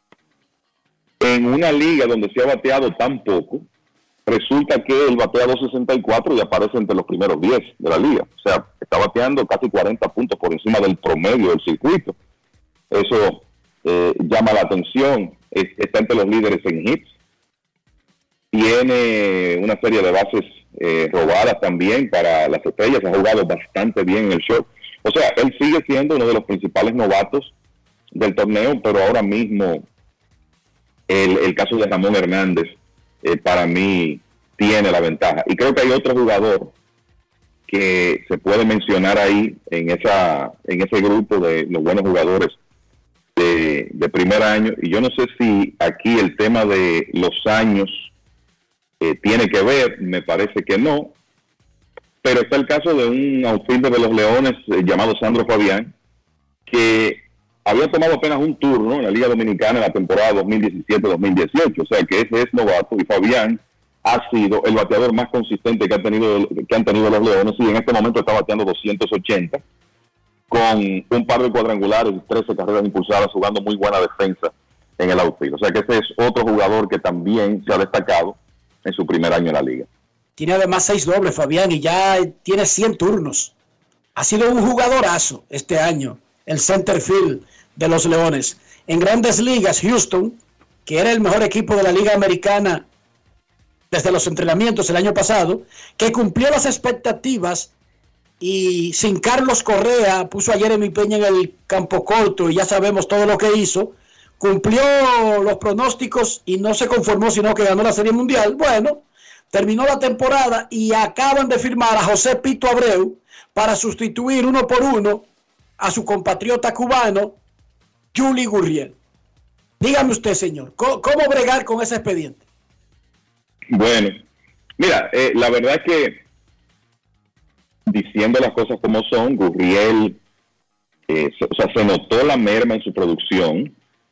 en una liga donde se ha bateado tan poco, resulta que él batea 264 y aparece entre los primeros 10 de la liga. O sea, está bateando casi 40 puntos por encima del promedio del circuito. Eso llama la atención. Está entre los líderes en hits. Tiene una serie de bases robadas también para las estrellas. Ha jugado bastante bien en el short. O sea, él sigue siendo uno de los principales novatos del torneo, pero ahora mismo el caso de Ramón Hernández para mí tiene la ventaja. Y creo que hay otro jugador que se puede mencionar ahí en ese grupo de los buenos jugadores de primer año. Y yo no sé si aquí el tema de los años tiene que ver, me parece que no. Pero está el caso de un outfielder de los Leones llamado Sandro Fabián, que había tomado apenas un turno en la Liga Dominicana en la temporada 2017-2018. O sea que ese es novato, y Fabián ha sido el bateador más consistente que han tenido los Leones, y en este momento está bateando 280 con un par de cuadrangulares y 13 carreras impulsadas, jugando muy buena defensa en el outfield. O sea que ese es otro jugador que también se ha destacado en su primer año en la liga. Tiene además 6 dobles, Fabián, y ya tiene 100 turnos. Ha sido un jugadorazo este año, el center field de los Leones. En Grandes Ligas, Houston, que era el mejor equipo de la Liga Americana desde los entrenamientos el año pasado, que cumplió las expectativas y sin Carlos Correa, puso a Jeremy Peña en el campo corto y ya sabemos todo lo que hizo, cumplió los pronósticos y no se conformó, sino que ganó la Serie Mundial. Bueno, terminó la temporada y acaban de firmar a José Pito Abreu para sustituir 1 por 1 a su compatriota cubano, Yuli Gurriel. Dígame usted, señor, ¿cómo bregar con ese expediente? Bueno, mira, la verdad es que, diciendo las cosas como son, Gurriel, se notó la merma en su producción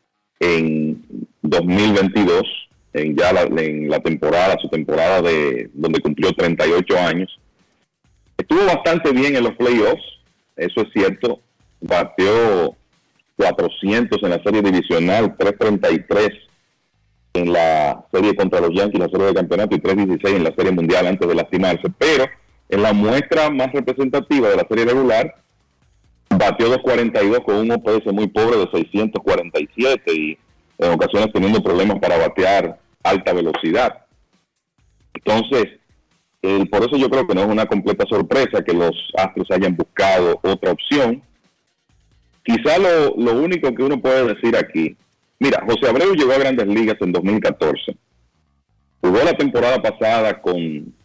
en 2022, en la temporada, su temporada donde cumplió 38 años. Estuvo bastante bien en los playoffs, eso es cierto. Bateó 400 en la serie divisional, 333 en la serie contra los Yankees, la serie de campeonato, y 316 en la serie mundial antes de lastimarse. Pero en la muestra más representativa de la serie regular, batió 242 con un OPS muy pobre de 647 y en ocasiones teniendo problemas para batear alta velocidad. Entonces, Por eso yo creo que no es una completa sorpresa que los Astros hayan buscado otra opción. Quizá lo único que uno puede decir aquí, mira, José Abreu llegó a Grandes Ligas en 2014. Jugó la temporada pasada con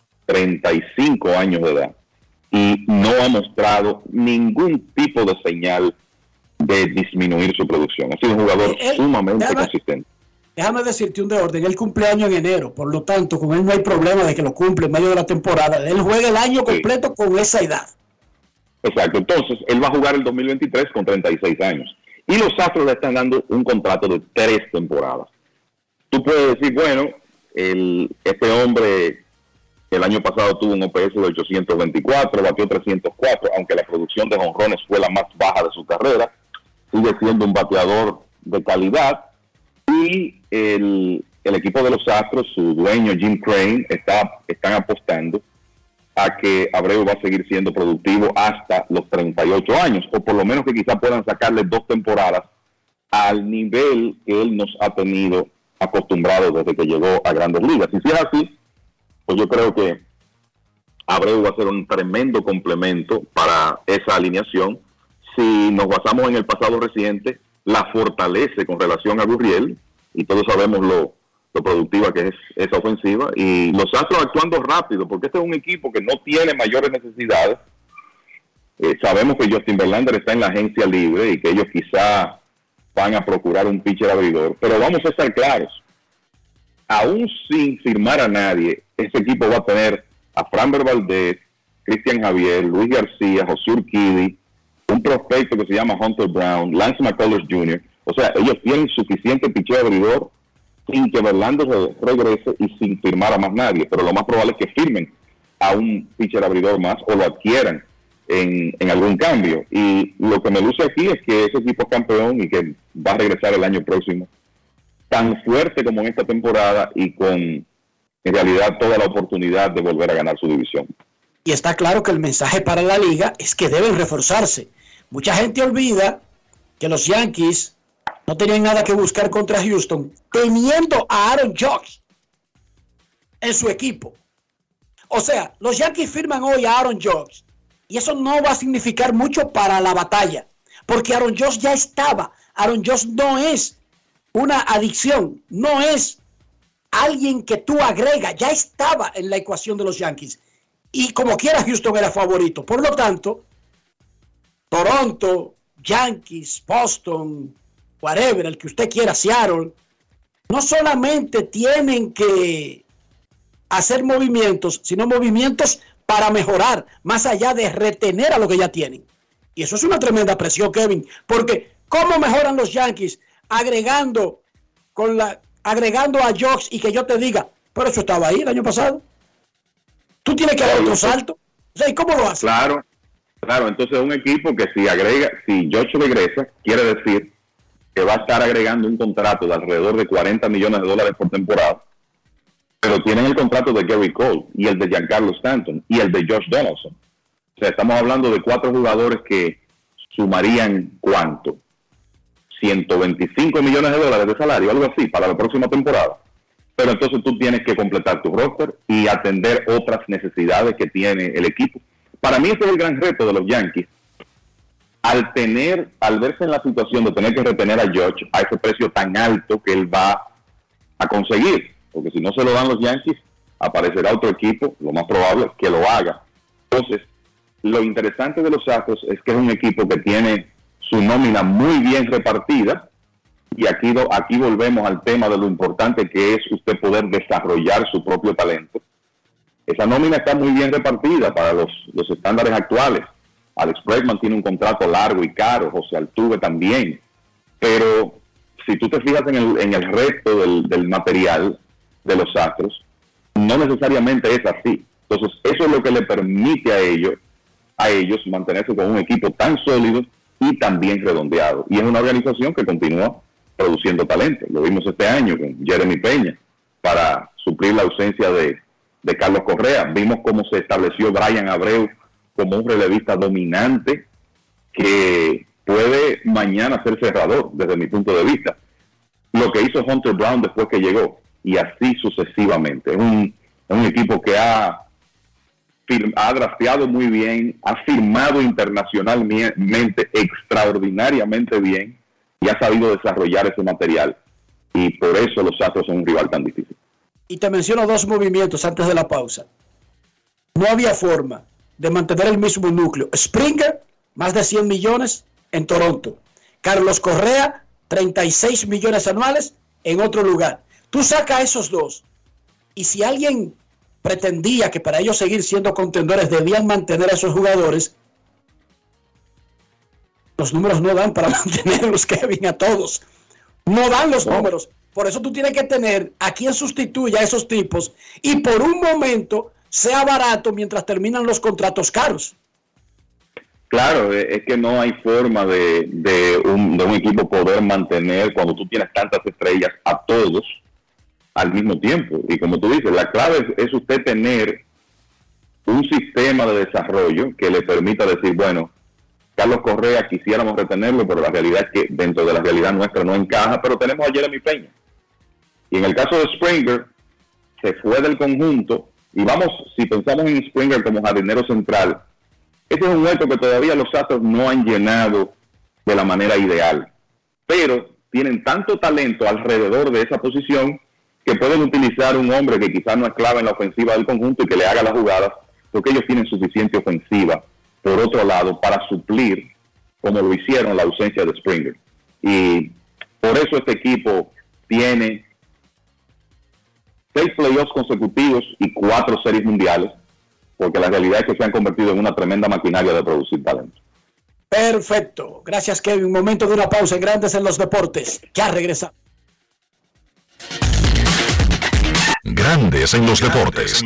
35 años de edad y no ha mostrado ningún tipo de señal de disminuir su producción. Ha sido un jugador sumamente consistente. Déjame decirte un de orden, él cumpleaños en enero, por lo tanto, con él no hay problema de que lo cumple en medio de la temporada. Él juega el año completo con esa edad. Exacto, entonces él va a jugar el 2023 con 36 años. Y los Astros le están dando un contrato de 3 temporadas. Tú puedes decir, bueno, este hombre el año pasado tuvo un OPS de 824, batió 304, aunque la producción de jonrones fue la más baja de su carrera. Sigue siendo un bateador de calidad. Y el equipo de los Astros, su dueño Jim Crane, están apostando a que Abreu va a seguir siendo productivo hasta los 38 años, o por lo menos que quizá puedan sacarle 2 temporadas al nivel que él nos ha tenido acostumbrado desde que llegó a Grandes Ligas. Y si es así, pues yo creo que Abreu va a ser un tremendo complemento para esa alineación. Si nos basamos en el pasado reciente, la fortalece con relación a Gurriel, y todos sabemos lo productiva que es esa ofensiva, y los Astros actuando rápido, porque este es un equipo que no tiene mayores necesidades. Sabemos que Justin Verlander está en la agencia libre y que ellos quizá van a procurar un pitcher abridor, pero vamos a estar claros, aún sin firmar a nadie, ese equipo va a tener a Framber Valdez, Cristian Javier, Luis García, José Urquidy, un prospecto que se llama Hunter Brown, Lance McCullers Jr., o sea, ellos tienen suficiente picheo abridor sin que Verlander regrese y sin firmar a más nadie, pero lo más probable es que firmen a un pitcher abridor más o lo adquieran en algún cambio. Y lo que me luce aquí es que ese equipo es campeón y que va a regresar el año próximo tan fuerte como en esta temporada y con en realidad toda la oportunidad de volver a ganar su división. Y está claro que el mensaje para la liga es que deben reforzarse. Mucha gente olvida que los Yankees no tenían nada que buscar contra Houston, teniendo a Aaron Judge en su equipo. O sea, los Yankees firman hoy a Aaron Judge, y eso no va a significar mucho para la batalla, porque Aaron Judge ya estaba. Aaron Judge no es una adicción, no es alguien que tú agregas, ya estaba en la ecuación de los Yankees. Y como quiera, Houston era favorito. Por lo tanto, Toronto, Yankees, Boston, whatever, el que usted quiera, Seattle, no solamente tienen que hacer movimientos, sino movimientos para mejorar, más allá de retener a lo que ya tienen. Y eso es una tremenda presión, Kevin, porque ¿cómo mejoran los Yankees agregando a Jocks y que yo te diga, pero eso estaba ahí el año pasado? Tú tienes que dar otro salto. O sea, ¿y cómo lo haces? Claro, entonces un equipo que si Judge regresa, quiere decir que va a estar agregando un contrato de alrededor de $40 millones por temporada, pero tienen el contrato de Gary Cole y el de Giancarlo Stanton y el de Josh Donaldson. O sea, estamos hablando de 4 jugadores que sumarían ¿cuánto? $125 millones de salario, algo así, para la próxima temporada. Pero entonces tú tienes que completar tu roster y atender otras necesidades que tiene el equipo. Para mí ese es el gran reto de los Yankees. Al verse en la situación de tener que retener a Judge a ese precio tan alto que él va a conseguir, porque si no se lo dan los Yankees, aparecerá otro equipo, lo más probable es que lo haga. Entonces, lo interesante de los Astros es que es un equipo que tiene su nómina muy bien repartida, y aquí volvemos al tema de lo importante que es usted poder desarrollar su propio talento. Esa nómina está muy bien repartida para los estándares actuales. Alex Bregman tiene un contrato largo y caro, José Altuve también, pero si tú te fijas en el resto del material de los Astros, no necesariamente es así. Entonces, eso es lo que le permite a ellos mantenerse con un equipo tan sólido y tan bien redondeado. Y es una organización que continúa produciendo talento. Lo vimos este año con Jeremy Peña para suplir la ausencia de Carlos Correa. Vimos cómo se estableció Brian Abreu como un relevista dominante que puede mañana ser cerrador desde mi punto de vista. Lo que hizo Hunter Brown después que llegó, y así sucesivamente. Es un equipo que ha ha drafteado muy bien, ha firmado internacionalmente extraordinariamente bien y ha sabido desarrollar ese material. Y por eso los Astros son un rival tan difícil. Y te menciono 2 movimientos antes de la pausa. No había forma de mantener el mismo núcleo. Springer, más de 100 millones en Toronto. Carlos Correa, 36 millones anuales en otro lugar. Tú sacas esos 2. Y si alguien pretendía que para ellos seguir siendo contendores debían mantener a esos jugadores, los números no dan para mantenerlos, Kevin, a todos. No dan los números. Por eso tú tienes que tener a quien sustituya a esos tipos y por un momento sea barato mientras terminan los contratos caros. Claro, es que no hay forma de un equipo poder mantener cuando tú tienes tantas estrellas a todos al mismo tiempo. Y como tú dices, la clave es usted tener un sistema de desarrollo que le permita decir, bueno, Carlos Correa quisiéramos retenerlo, pero la realidad es que dentro de la realidad nuestra no encaja, pero tenemos a Jeremy Peña. Y en el caso de Springer, se fue del conjunto, y vamos, si pensamos en Springer como jardinero central, ese es un hueco que todavía los Astros no han llenado de la manera ideal. Pero tienen tanto talento alrededor de esa posición que pueden utilizar un hombre que quizás no es clave en la ofensiva del conjunto y que le haga las jugadas, porque ellos tienen suficiente ofensiva, por otro lado, para suplir, como lo hicieron, la ausencia de Springer. Y por eso este equipo tiene 6 playoffs consecutivos y 4 series mundiales, porque la realidad es que se han convertido en una tremenda maquinaria de producir talento. Perfecto. Gracias, Kevin. Momento de una pausa en Grandes en los Deportes. Ya regresamos. Grandes en los Deportes.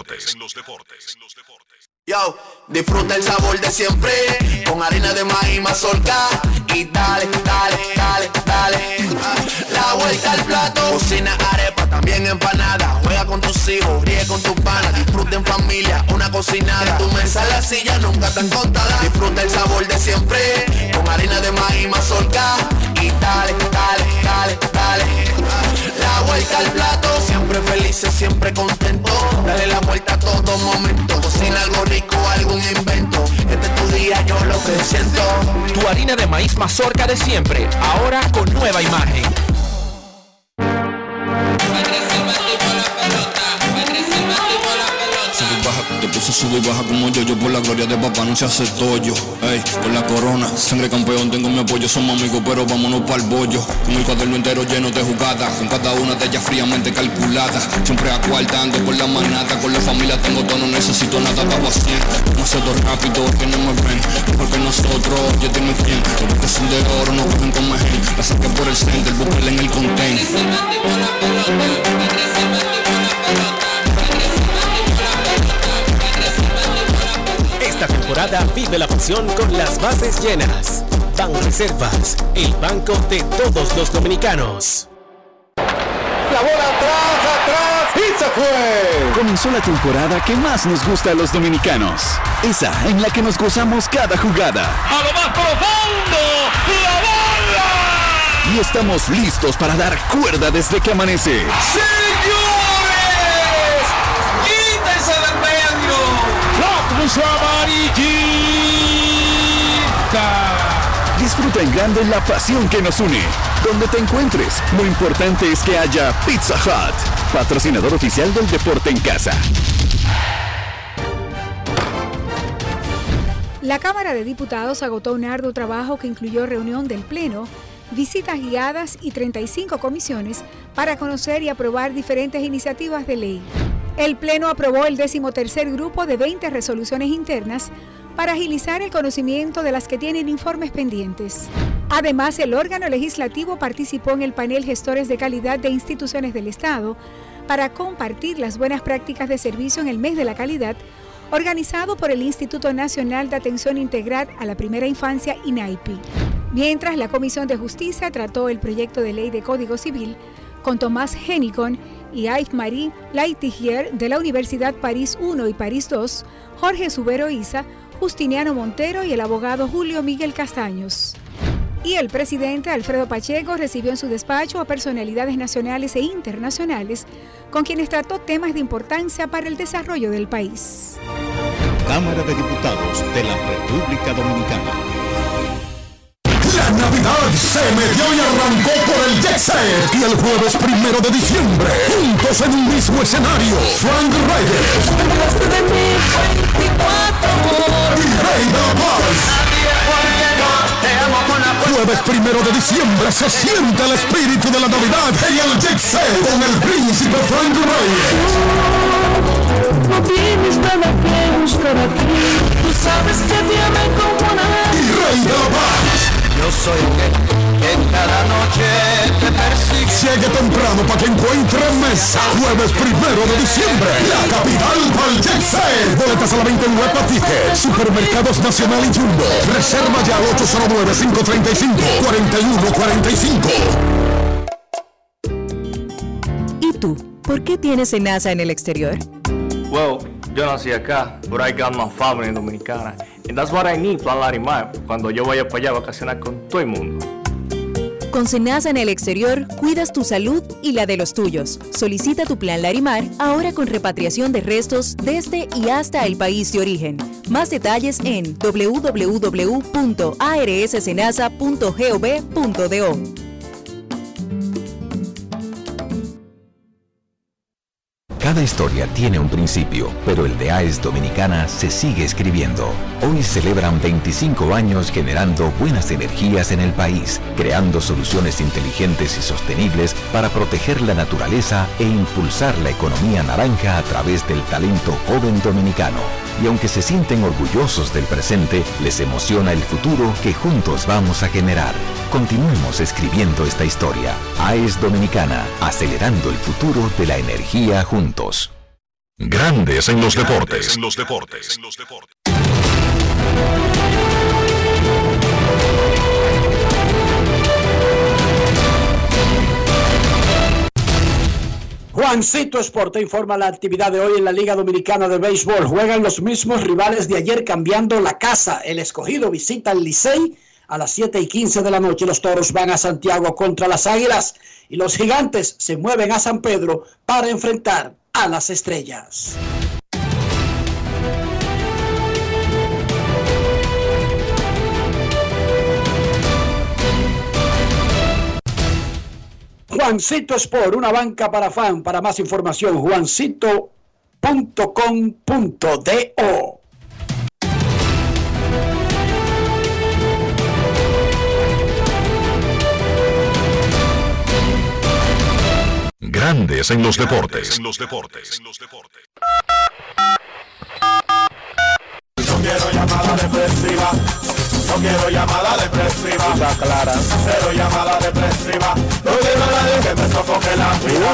Yo, disfruta el sabor de siempre, con harina de maíz mazorca, y dale, dale, dale, dale, la vuelta al plato, cocina arepa, también empanada, juega con tus hijos, ríe con tus panas, disfruta en familia, una cocinada, tu mesa en la silla nunca tan contada, disfruta el sabor de siempre, con harina de maíz mazorca, y dale, dale, dale, dale, la vuelta al plato, siempre felices, siempre contentos, dale la vuelta a todo momento, cocina algo rico, algún invento, este es tu día, yo lo que siento. Tu harina de maíz mazorca de siempre, ahora con nueva imagen. Sube y baja como yo por la gloria de papá no se hace tollo. Ey, con la corona, sangre campeón, tengo mi apoyo, somos amigos, pero vámonos pa'l bollo. Con el cuaderno entero lleno de jugadas, con cada una de ellas fríamente calculada. Siempre acuartando por la manata, con la familia tengo todo, no necesito nada, bajo a 100. Demasiado rápido, que no me ven, mejor que nosotros, ya dime quién. Los que son de oro no cogen con mejen, la saqué por el center, búsquela en el contain. Esta temporada vive la pasión con las bases llenas. Banreservas, el banco de todos los dominicanos. La bola atrás y se fue. Comenzó la temporada que más nos gusta a los dominicanos. Esa en la que nos gozamos cada jugada. A lo más profundo, la bola. Y estamos listos para dar cuerda desde que amanece. ¡Señores! ¡Quítense del medio! ¡La amarillita! Disfruta en grande la pasión que nos une. Donde te encuentres, lo importante es que haya Pizza Hut, patrocinador oficial del deporte en casa. La Cámara de Diputados agotó un arduo trabajo que incluyó reunión del Pleno, visitas guiadas y 35 comisiones para conocer y aprobar diferentes iniciativas de ley. El Pleno aprobó el 13º grupo de 20 resoluciones internas para agilizar el conocimiento de las que tienen informes pendientes. Además, el órgano legislativo participó en el panel Gestores de Calidad de Instituciones del Estado para compartir las buenas prácticas de servicio en el mes de la calidad, organizado por el Instituto Nacional de Atención Integral a la Primera Infancia, INAIPI. Mientras, la Comisión de Justicia trató el proyecto de ley de Código Civil con Tomás Hennicon y Yves-Marie Laitigier de la Universidad París I y París II, Jorge Subero Isa, Justiniano Montero y el abogado Julio Miguel Castaños. Y el presidente Alfredo Pacheco recibió en su despacho a personalidades nacionales e internacionales con quienes trató temas de importancia para el desarrollo del país. Cámara de Diputados de la República Dominicana. La Navidad se metió y arrancó por el Jet Set. Y el jueves 1 de diciembre, juntos en un mismo escenario, Frank Reyes y Rey de la Paz. Jueves 1 de diciembre se siente el espíritu de la Navidad en el Jet Set con el príncipe Frank Reyes. No tienes nada que buscar aquí, tú sabes que te amé como nada. Y Rey de la Paz. Yo soy que cada noche te persigue. Llegue temprano para que encuentre mesa. Jueves 1 de diciembre, la capital para el Jet Set. Boletas a la venta en Huepa Ticket, Supermercados Nacional y Jumbo. Reserva ya al 809-535-4145. ¿Y tú? ¿Por qué tienes SENASA en el exterior? Well, yo nací acá, but I got my family dominicana. And that's what I need, Plan Larimar, cuando yo vaya para allá a vacacionar con todo el mundo. Con SENASA en el exterior, cuidas tu salud y la de los tuyos. Solicita tu plan Larimar ahora con repatriación de restos desde y hasta el país de origen. Más detalles en www.arssenasa.gov.do. Cada historia tiene un principio, pero el de AES Dominicana se sigue escribiendo. Hoy celebran 25 años generando buenas energías en el país, creando soluciones inteligentes y sostenibles para proteger la naturaleza e impulsar la economía naranja a través del talento joven dominicano. Y aunque se sienten orgullosos del presente, les emociona el futuro que juntos vamos a generar. Continuemos escribiendo esta historia. AES Dominicana, acelerando el futuro de la energía juntos. Grandes en los deportes. Juancito Sport te informa la actividad de hoy en la Liga Dominicana de Béisbol. Juegan los mismos rivales de ayer cambiando la casa. El Escogido visita al Licey a las 7:15 de la noche. Los Toros van a Santiago contra las Águilas y los Gigantes se mueven a San Pedro para enfrentar a las Estrellas. Juancito Sport, una banca para fan. Para más información, juancito.com.do. Grandes en los deportes. No quiero llamada depresiva. No quiero llamada depresiva. Está clara. Cero llamada depresiva. No quiero nadie que me sofoque la vida.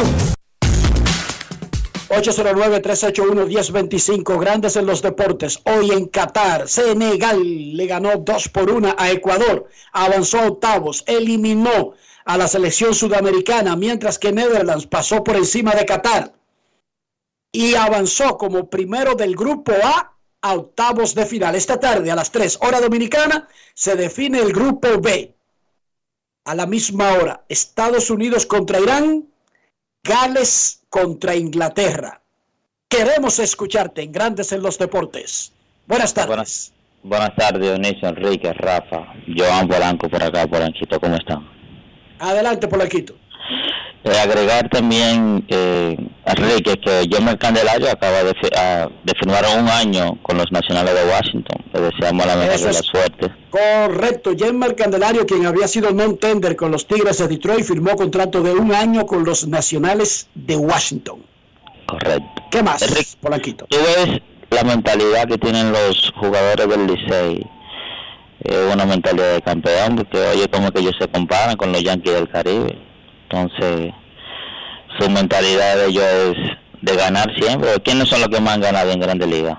809-381-1025. Grandes en los deportes. Hoy en Qatar, Senegal le ganó 2-1 a Ecuador. Avanzó a octavos. Eliminó a la selección sudamericana, mientras que Netherlands pasó por encima de Qatar y avanzó como primero del grupo A a octavos de final. Esta tarde a las 3 hora dominicana se define el grupo B. A la misma hora, Estados Unidos contra Irán, Gales contra Inglaterra. Queremos escucharte en Grandes en los Deportes. Buenas tardes. Buenas tardes, Dionisio, Enrique, Rafa, Joan Polanco por acá, Polanquito, ¿cómo están? Adelante, Polanquito. Agregar también, Enrique, que Jeimer Candelario acaba de firmar un año con los Nacionales de Washington. Le deseamos la mejor de la suerte. Correcto. Jeimer Candelario, quien había sido non-tender con los Tigres de Detroit, firmó contrato de un año con los Nacionales de Washington. Correcto. ¿Qué más, Enrique, Polanquito? Tú ves la mentalidad que tienen los jugadores del Licey. Una mentalidad de campeón, porque oye, como que ellos se comparan con los Yankees del Caribe. Entonces, su mentalidad de ellos es de ganar siempre. ¿Quiénes son los que más han ganado en Grandes Ligas?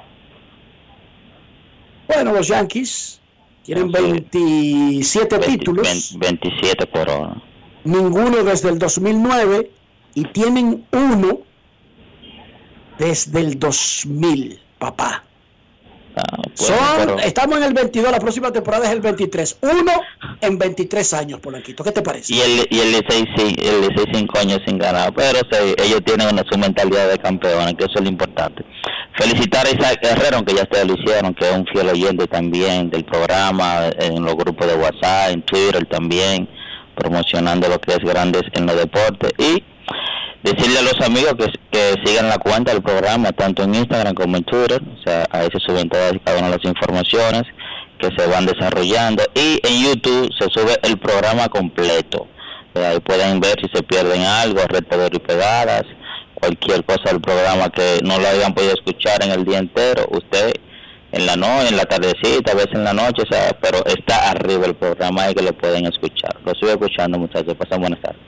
Bueno, los Yankees tienen 27 títulos. 27 coronas. Ninguno desde el 2009 y tienen uno desde el 2000, papá. Estamos en el 22, la próxima temporada es el 23. Uno en 23 años, Polanquito. ¿Qué te parece? Y el Licey 5 años sin ganar, pero ellos tienen su mentalidad de campeones, que eso es lo importante. Felicitar a Isaac Herrero, aunque ya ustedes lo hicieron, que es un fiel oyente también del programa, en los grupos de WhatsApp, en Twitter también, promocionando lo que es Grandes en los Deportes. Y decirle a los amigos que sigan la cuenta del programa, tanto en Instagram como en Twitter, o sea, ahí se suben todas y cada una de las informaciones que se van desarrollando. Y en YouTube se sube el programa completo. Ahí pueden ver si se pierden algo, Red y Pegadas, cualquier cosa del programa que no lo hayan podido escuchar en el día entero. Usted en la noche, en la tardecita, a veces en la noche, o sea, pero está arriba el programa ahí que lo pueden escuchar. Lo sigo escuchando, muchachos. Pasen buenas tardes.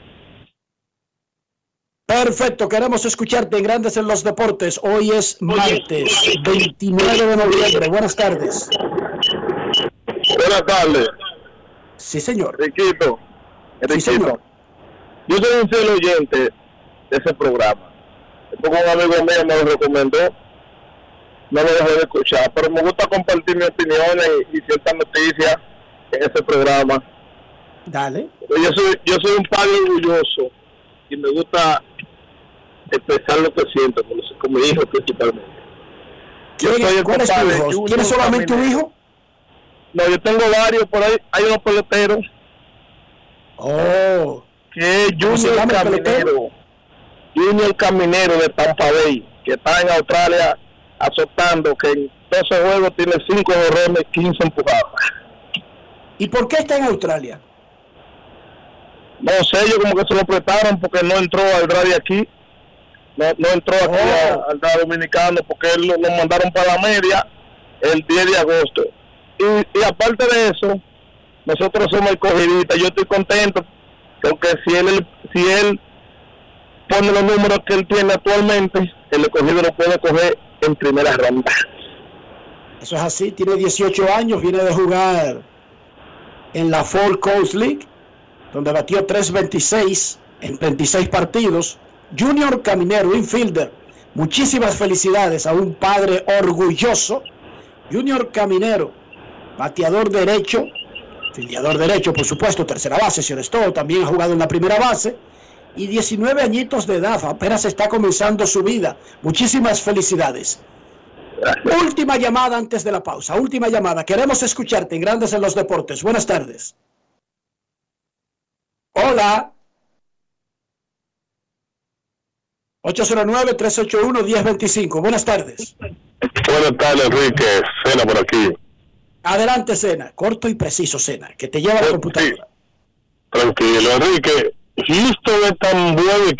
Perfecto, queremos escucharte en Grandes en los Deportes. Hoy es martes 29 de noviembre. Buenas tardes. Buenas tardes. Sí, señor. Riquito. Sí, señor. Yo soy un fiel oyente de ese programa. Porque un amigo mío me lo recomendó. No lo dejé de escuchar, pero me gusta compartir mis opiniones y ciertas noticias en ese programa. Dale. Yo soy un padre orgulloso y me gusta expresar lo que siento con mi hijo principalmente. ¿Cuál es tu hijo? ¿Tienes solamente un hijo? No, yo tengo varios por ahí. Hay unos peloteros. Oh. Que es Junior Caminero de Tampa Bay, que está en Australia azotando, que en 12 juegos tiene 5 errores, 15 empujadas. ¿Y por qué está en Australia? No sé, yo como que se lo prestaron porque no entró al draft aquí. No entró aquí al draft dominicano porque él lo mandaron para la media el 10 de agosto. Y aparte de eso, nosotros somos escogidistas. Yo estoy contento porque si él pone los números que él tiene actualmente, el escogido lo puede coger en primera ronda. Eso es así, tiene 18 años, viene de jugar en la Four Coast League, donde batió 3.26 en 26 partidos. Junior Caminero, infielder. Muchísimas felicidades a un padre orgulloso. Junior Caminero, bateador derecho, filiador derecho, por supuesto, tercera base, si todo, también ha jugado en la primera base, y 19 añitos de edad, apenas está comenzando su vida. Muchísimas felicidades. Última llamada antes de la pausa, última llamada. Queremos escucharte en Grandes en los Deportes. Buenas tardes. Hola. 809-381-1025. Buenas tardes. Buenas tardes, Enrique. Cena por aquí. Adelante, Cena. Corto y preciso, Cena, que te lleva la computadora. Tranquilo, Enrique. Houston es tan buen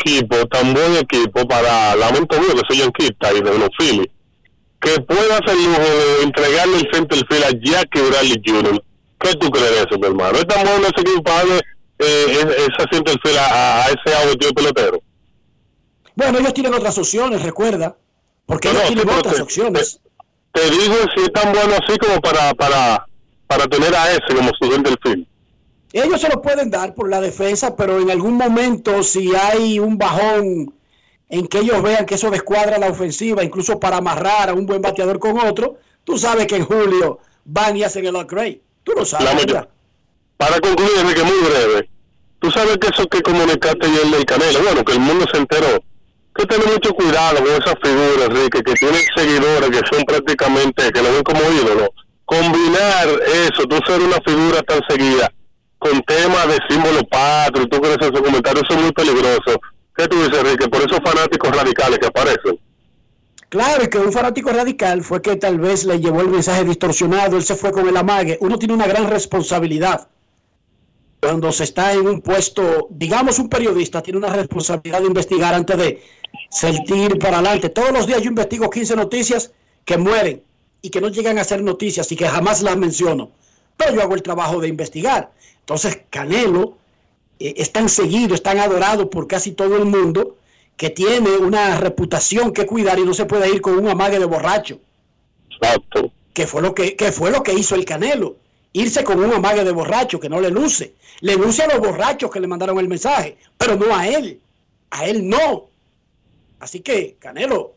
equipo para, lamento mío que soy yanquista y de los Phillies, que pueda hacer lujo de entregarle el centerfield a Jackie Bradley Jr. ¿Qué tú crees de eso, mi hermano? ¿Es tan bueno ese equipo para darle esa centerfield a ese abuelo pelotero? Bueno, ellos tienen otras opciones, recuerda, porque ellos tienen otras opciones. Te digo si es tan bueno así como para tener a ese como su centerfield. Ellos se lo pueden dar por la defensa, pero en algún momento si hay un bajón en que ellos vean que eso descuadra la ofensiva, incluso para amarrar a un buen bateador con otro, tú sabes que en julio van y hacen el upgrade. Tú lo sabes. Para concluir, Enrique, muy breve. Tú sabes que eso que comunicaste ayer del Canelo, bueno, que el mundo se enteró. Que tener mucho cuidado con esas figuras, Enrique, que tienen seguidores que son prácticamente, que lo ven como ídolos. Combinar eso, tú ser una figura tan seguida, con temas de símbolo patrio, tú crees esos comentarios son muy peligrosos. ¿Qué tú dices, Enrique, por esos fanáticos radicales que aparecen? Claro, y que un fanático radical fue que tal vez le llevó el mensaje distorsionado, él se fue con el amague. Uno tiene una gran responsabilidad cuando se está en un puesto, digamos un periodista tiene una responsabilidad de investigar antes de sentir para adelante. Todos los días yo investigo 15 noticias que mueren y que no llegan a ser noticias y que jamás las menciono, pero yo hago el trabajo de investigar. Entonces Canelo es tan seguido, es tan adorado por casi todo el mundo, que tiene una reputación que cuidar y no se puede ir con un amague de borracho. Exacto. Que fue lo que hizo el Canelo, irse con un amague de borracho que no le luce. Le luce a los borrachos que le mandaron el mensaje, pero no a él no. Así que, Canelo,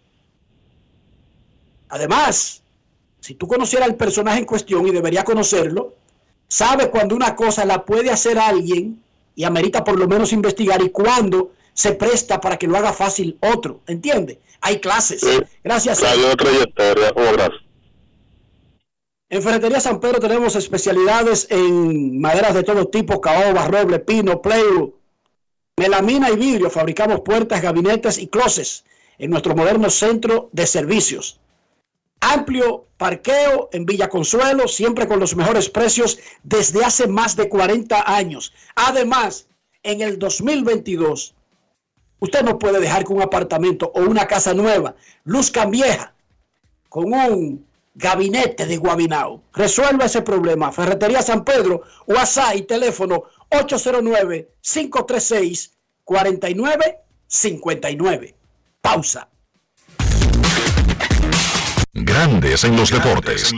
además, si tú conocieras al personaje en cuestión, y debería conocerlo, sabe cuando una cosa la puede hacer alguien y amerita por lo menos investigar, y cuando se presta para que lo haga fácil otro, ¿entiende? Hay clases. Sí, Gracias. Hay trayectoria, obras. En Ferretería San Pedro tenemos especialidades en maderas de todo tipo, caoba, roble, pino, plywood, melamina y vidrio. Fabricamos puertas, gabinetes y closets en nuestro moderno centro de servicios. Amplio parqueo en Villa Consuelo, siempre con los mejores precios desde hace más de 40 años. Además, en el 2022, usted no puede dejar que un apartamento o una casa nueva luzcan vieja con un gabinete de Guabinao. Resuelva ese problema. Ferretería San Pedro, WhatsApp y teléfono 809-536-4959. Pausa. Grandes en los deportes.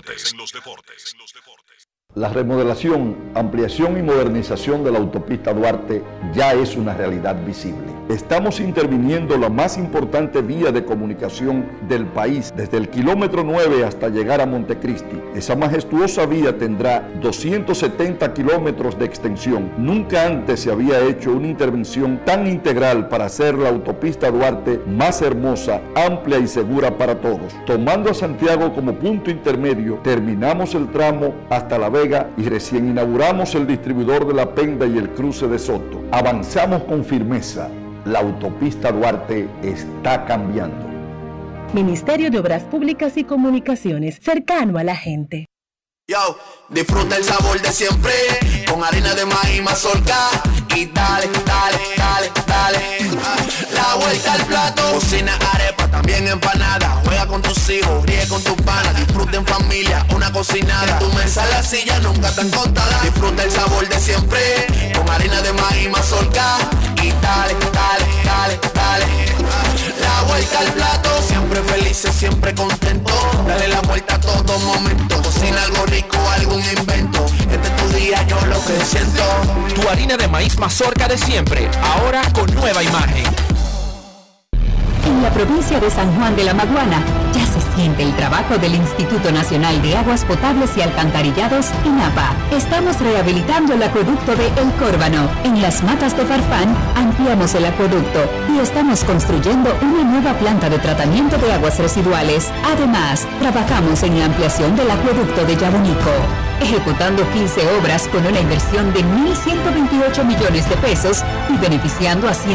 La remodelación, ampliación y modernización de la autopista Duarte ya es una realidad visible. Estamos interviniendo la más importante vía de comunicación del país, desde el kilómetro 9 hasta llegar a Montecristi. Esa majestuosa vía tendrá 270 kilómetros de extensión. Nunca antes se había hecho una intervención tan integral para hacer la autopista Duarte más hermosa, amplia y segura para todos. Tomando a Santiago como punto intermedio, terminamos el tramo hasta La Vega y recién inauguramos el distribuidor de La Penda y el cruce de Soto. Avanzamos con firmeza. La autopista Duarte está cambiando. Ministerio de Obras Públicas y Comunicaciones, cercano a la gente. Yo, disfruta el sabor de siempre, con harina de maíz mazorca, y dale, dale, dale, dale, la vuelta al plato, cocina arepa, también empanada, juega con tus hijos, ríe con tus panas, disfruta en familia, una cocinada, tu mesa, la silla nunca tan contada, disfruta el sabor de siempre, con harina de maíz mazorca, y dale, dale, dale, dale, la vuelta al plato, siempre felices, siempre contentos, dale la vuelta a todo momento, cocina algo rico, algún invento, este es tu día, yo lo que siento. Tu harina de maíz mazorca de siempre, ahora con nueva imagen. En la provincia de San Juan de la Maguana ya se siente el trabajo del Instituto Nacional de Aguas Potables y Alcantarillados, INAPA. Estamos rehabilitando el acueducto de El Córbano. En las Matas de Farfán ampliamos el acueducto y estamos construyendo una nueva planta de tratamiento de aguas residuales. Además, trabajamos en la ampliación del acueducto de Yabonico, ejecutando 15 obras con una inversión de 1.128 millones de pesos y beneficiando a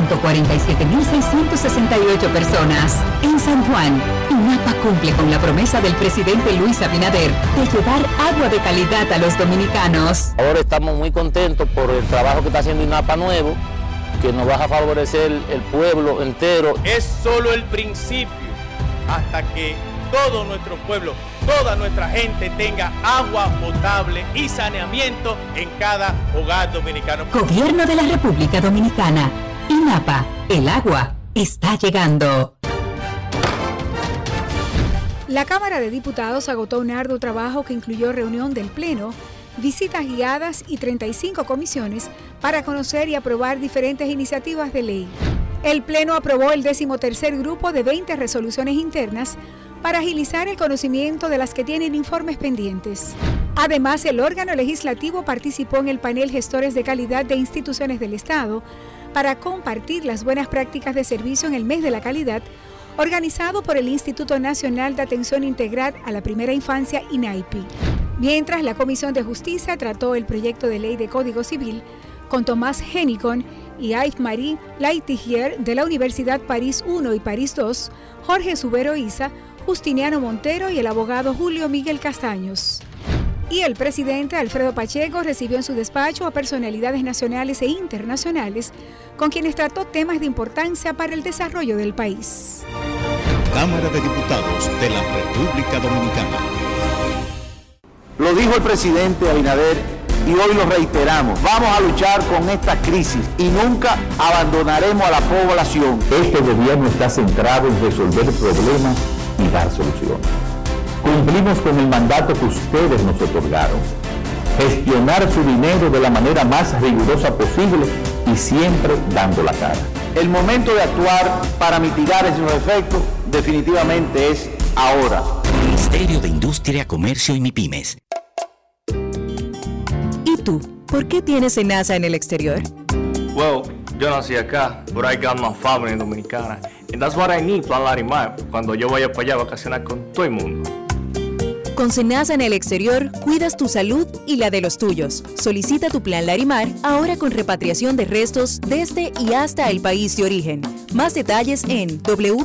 147.668 personas. En San Juan, INAPA cumple con la promesa del presidente Luis Abinader de llevar agua de calidad a los dominicanos. Ahora estamos muy contentos por el trabajo que está haciendo INAPA nuevo, que nos va a favorecer el pueblo entero. Es solo el principio, hasta que todo nuestro pueblo, toda nuestra gente tenga agua potable y saneamiento en cada hogar dominicano. Gobierno de la República Dominicana. INAPA, el agua está llegando. La Cámara de Diputados agotó un arduo trabajo que incluyó reunión del Pleno, visitas guiadas y 35 comisiones para conocer y aprobar diferentes iniciativas de ley. El Pleno aprobó el 13º grupo de 20 resoluciones internas para agilizar el conocimiento de las que tienen informes pendientes. Además, el órgano legislativo participó en el panel Gestores de Calidad de Instituciones del Estado para compartir las buenas prácticas de servicio en el mes de la calidad, organizado por el Instituto Nacional de Atención Integral a la Primera Infancia, INAIPI. Mientras, la Comisión de Justicia trató el proyecto de ley de Código Civil con Tomás Hennicon y Yves-Marie Laitigier de la Universidad París I y París II, Jorge Subero Isa, Justiniano Montero y el abogado Julio Miguel Castaños. Y el presidente Alfredo Pacheco recibió en su despacho a personalidades nacionales e internacionales con quienes trató temas de importancia para el desarrollo del país. Cámara de Diputados de la República Dominicana. Lo dijo el presidente Abinader y hoy lo reiteramos. Vamos a luchar con esta crisis y nunca abandonaremos a la población. Este gobierno está centrado en resolver problemas y dar soluciones. Cumplimos con el mandato que ustedes nos otorgaron. Gestionar su dinero de la manera más rigurosa posible y siempre dando la cara. El momento de actuar para mitigar esos efectos definitivamente es ahora. Ministerio de Industria, Comercio y MIPYMES. ¿Y tú? ¿Por qué tienes SENASA en el exterior? Well, yo nací acá, but I got my family dominicana. And that's what I need, Plan Larimar, cuando yo vaya para allá a vacacionar con todo el mundo. Con Senasa en el exterior, cuidas tu salud y la de los tuyos. Solicita tu plan Larimar ahora con repatriación de restos desde y hasta el país de origen. Más detalles en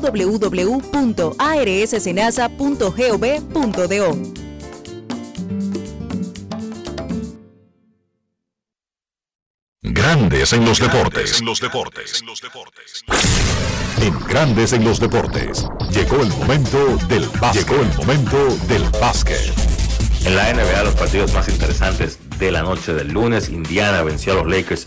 www.arssenasa.gov.do. Grandes en los deportes. En Grandes en los deportes. Llegó el momento del básquet. En la NBA, los partidos más interesantes de la noche del lunes. Indiana venció a los Lakers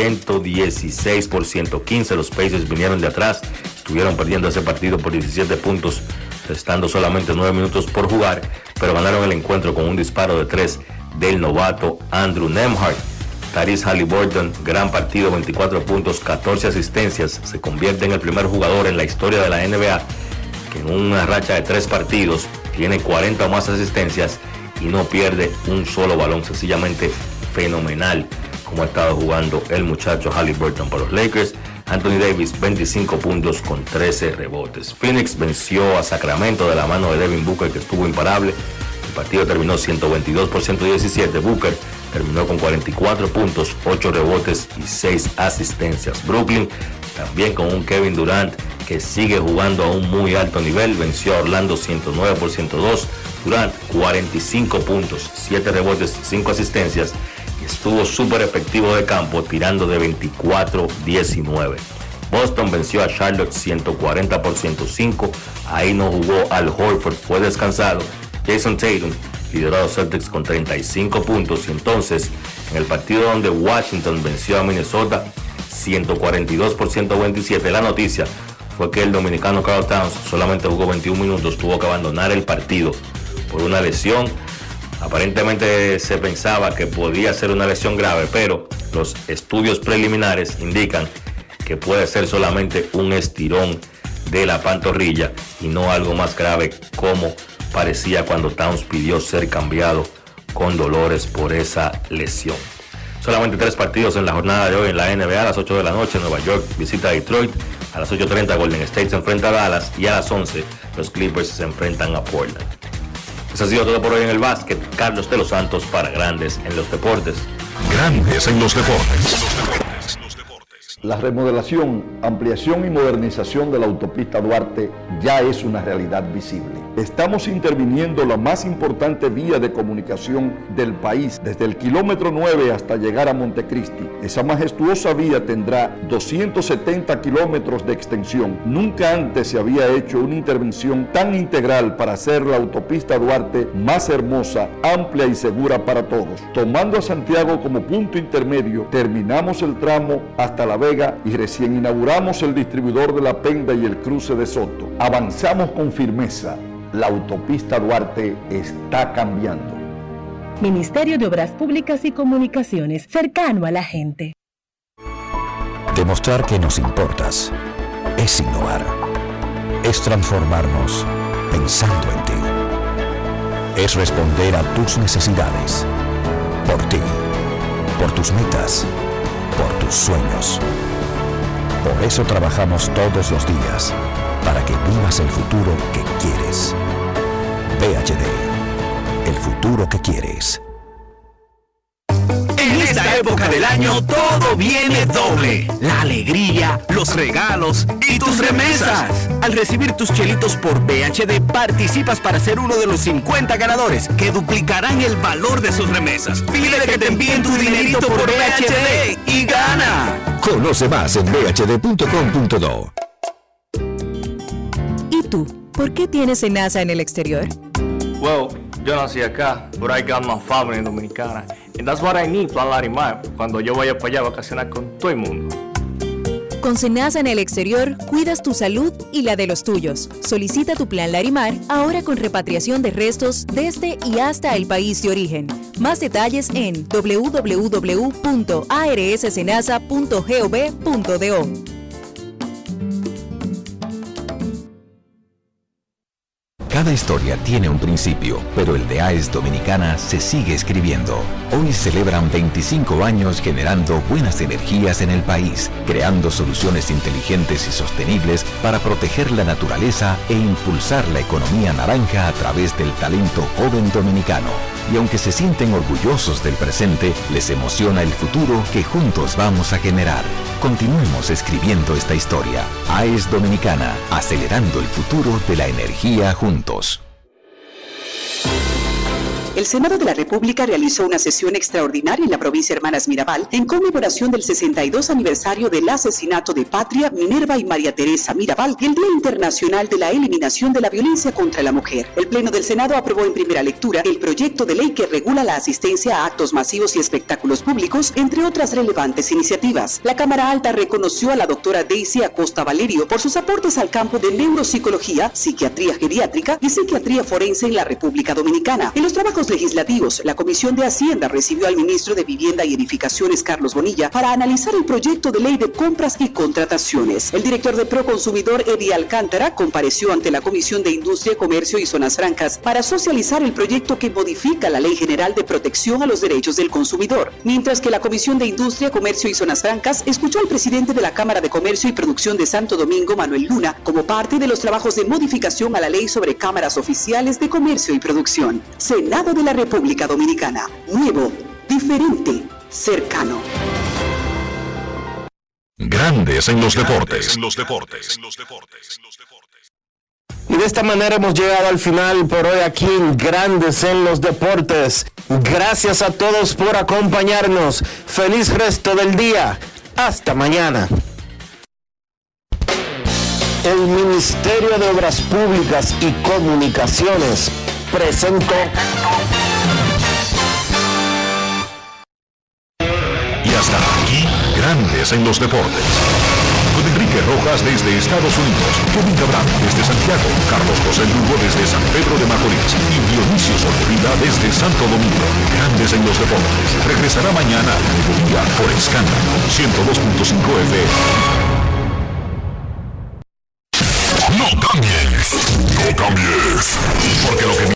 116 por 115. Los Pacers vinieron de atrás. Estuvieron perdiendo ese partido por 17 puntos, restando solamente 9 minutos por jugar, pero ganaron el encuentro con un disparo de 3 del novato Andrew Nembhard. Tyrese Haliburton, gran partido, 24 puntos, 14 asistencias. Se convierte en el primer jugador en la historia de la NBA que en una racha de 3 partidos tiene 40 o más asistencias y no pierde un solo balón. Sencillamente fenomenal como ha estado jugando el muchacho Haliburton por los Lakers. Anthony Davis, 25 puntos con 13 rebotes. Phoenix venció a Sacramento de la mano de Devin Booker, que estuvo imparable. El partido terminó 122 por 117. Booker terminó con 44 puntos, 8 rebotes y 6 asistencias. Brooklyn, también con un Kevin Durant que sigue jugando a un muy alto nivel, venció a Orlando 109 por 102. Durant, 45 puntos, 7 rebotes, 5 asistencias. Y estuvo súper efectivo de campo, tirando de 24-19. Boston venció a Charlotte 140 por 105. Ahí no jugó Al Horford, fue descansado. Jason Tatum lideró a los Celtics con 35 puntos. Y entonces, en el partido donde Washington venció a Minnesota 142 por 127, la noticia fue que el dominicano Karl Towns solamente jugó 21 minutos, tuvo que abandonar el partido por una lesión. Aparentemente se pensaba que podía ser una lesión grave, pero los estudios preliminares indican que puede ser solamente un estirón de la pantorrilla y no algo más grave como parecía cuando Towns pidió ser cambiado con dolores por esa lesión. Solamente 3 partidos en la jornada de hoy en la NBA. A las 8 de la noche Nueva York visita a Detroit, a las 8:30 Golden State se enfrenta a Dallas y a las 11 los Clippers se enfrentan a Portland. Eso ha sido todo por hoy en el básquet. Carlos de los Santos para Grandes en los Deportes. Grandes en los Deportes. La remodelación, ampliación y modernización de la autopista Duarte ya es una realidad visible. Estamos interviniendo la más importante vía de comunicación del país, desde el kilómetro 9 hasta llegar a Montecristi. Esa majestuosa vía tendrá 270 kilómetros de extensión. Nunca antes se había hecho una intervención tan integral para hacer la autopista Duarte más hermosa, amplia y segura para todos. Tomando a Santiago como punto intermedio, terminamos el tramo hasta La Vega y recién inauguramos el distribuidor de La Penda y el cruce de Soto. Avanzamos con firmeza. La autopista Duarte está cambiando. Ministerio de Obras Públicas y Comunicaciones, cercano a la gente. Demostrar que nos importas es innovar. Es transformarnos pensando en ti. Es responder a tus necesidades. Por ti. Por tus metas. Por tus sueños. Por eso trabajamos todos los días, para que vivas el futuro que quieres. VHD, el futuro que quieres. En esta época del año todo viene doble. La alegría, los regalos y tus remesas. Al recibir tus chelitos por VHD, participas para ser uno de los 50 ganadores que duplicarán el valor de sus remesas. Pide que te envíen tu dinerito por VHD y gana. Conoce más en vhd.com.do. ¿Y tú? ¿Por qué tienes Senasa en el exterior? Well, yo nací acá, but I got my family dominicana. And that's what I need, Plan Larimar, cuando yo vaya para allá a vacacionar con todo el mundo. Con Senasa en el exterior, cuidas tu salud y la de los tuyos. Solicita tu plan Larimar ahora con repatriación de restos desde y hasta el país de origen. Más detalles en www.arssenasa.gov.do. Cada historia tiene un principio, pero el de AES Dominicana se sigue escribiendo. Hoy celebran 25 años generando buenas energías en el país, creando soluciones inteligentes y sostenibles para proteger la naturaleza e impulsar la economía naranja a través del talento joven dominicano. Y aunque se sienten orgullosos del presente, les emociona el futuro que juntos vamos a generar. Continuemos escribiendo esta historia. AES Dominicana, acelerando el futuro de la energía juntos. El Senado de la República realizó una sesión extraordinaria en la provincia Hermanas Mirabal en conmemoración del 62 aniversario del asesinato de Patria, Minerva y María Teresa Mirabal y el Día Internacional de la Eliminación de la Violencia contra la Mujer. El Pleno del Senado aprobó en primera lectura el proyecto de ley que regula la asistencia a actos masivos y espectáculos públicos, entre otras relevantes iniciativas. La Cámara Alta reconoció a la doctora Daisy Acosta Valerio por sus aportes al campo de neuropsicología, psiquiatría geriátrica y psiquiatría forense en la República Dominicana. En los trabajos legislativos, la Comisión de Hacienda recibió al ministro de Vivienda y Edificaciones, Carlos Bonilla, para analizar el proyecto de ley de compras y contrataciones. El director de Proconsumidor, Eddie Alcántara, compareció ante la Comisión de Industria, Comercio y Zonas Francas para socializar el proyecto que modifica la Ley General de Protección a los Derechos del Consumidor. Mientras que la Comisión de Industria, Comercio y Zonas Francas escuchó al presidente de la Cámara de Comercio y Producción de Santo Domingo, Manuel Luna, como parte de los trabajos de modificación a la Ley sobre Cámaras Oficiales de Comercio y Producción. Senado de la República Dominicana. Nuevo, diferente, cercano. Grandes en los deportes. Y de esta manera hemos llegado al final por hoy aquí en Grandes en los Deportes. Gracias a todos por acompañarnos. Feliz resto del día. Hasta mañana. El Ministerio de Obras Públicas y Comunicaciones presentó. Y hasta aquí, Grandes en los Deportes. Con Enrique Rojas desde Estados Unidos, Kevin Cabral desde Santiago, Carlos José Lugo desde San Pedro de Macorís y Dionisio Solterida desde Santo Domingo. Grandes en los Deportes. Regresará mañana al mediodía por Escándalo 102.5 FM. No cambies, porque lo que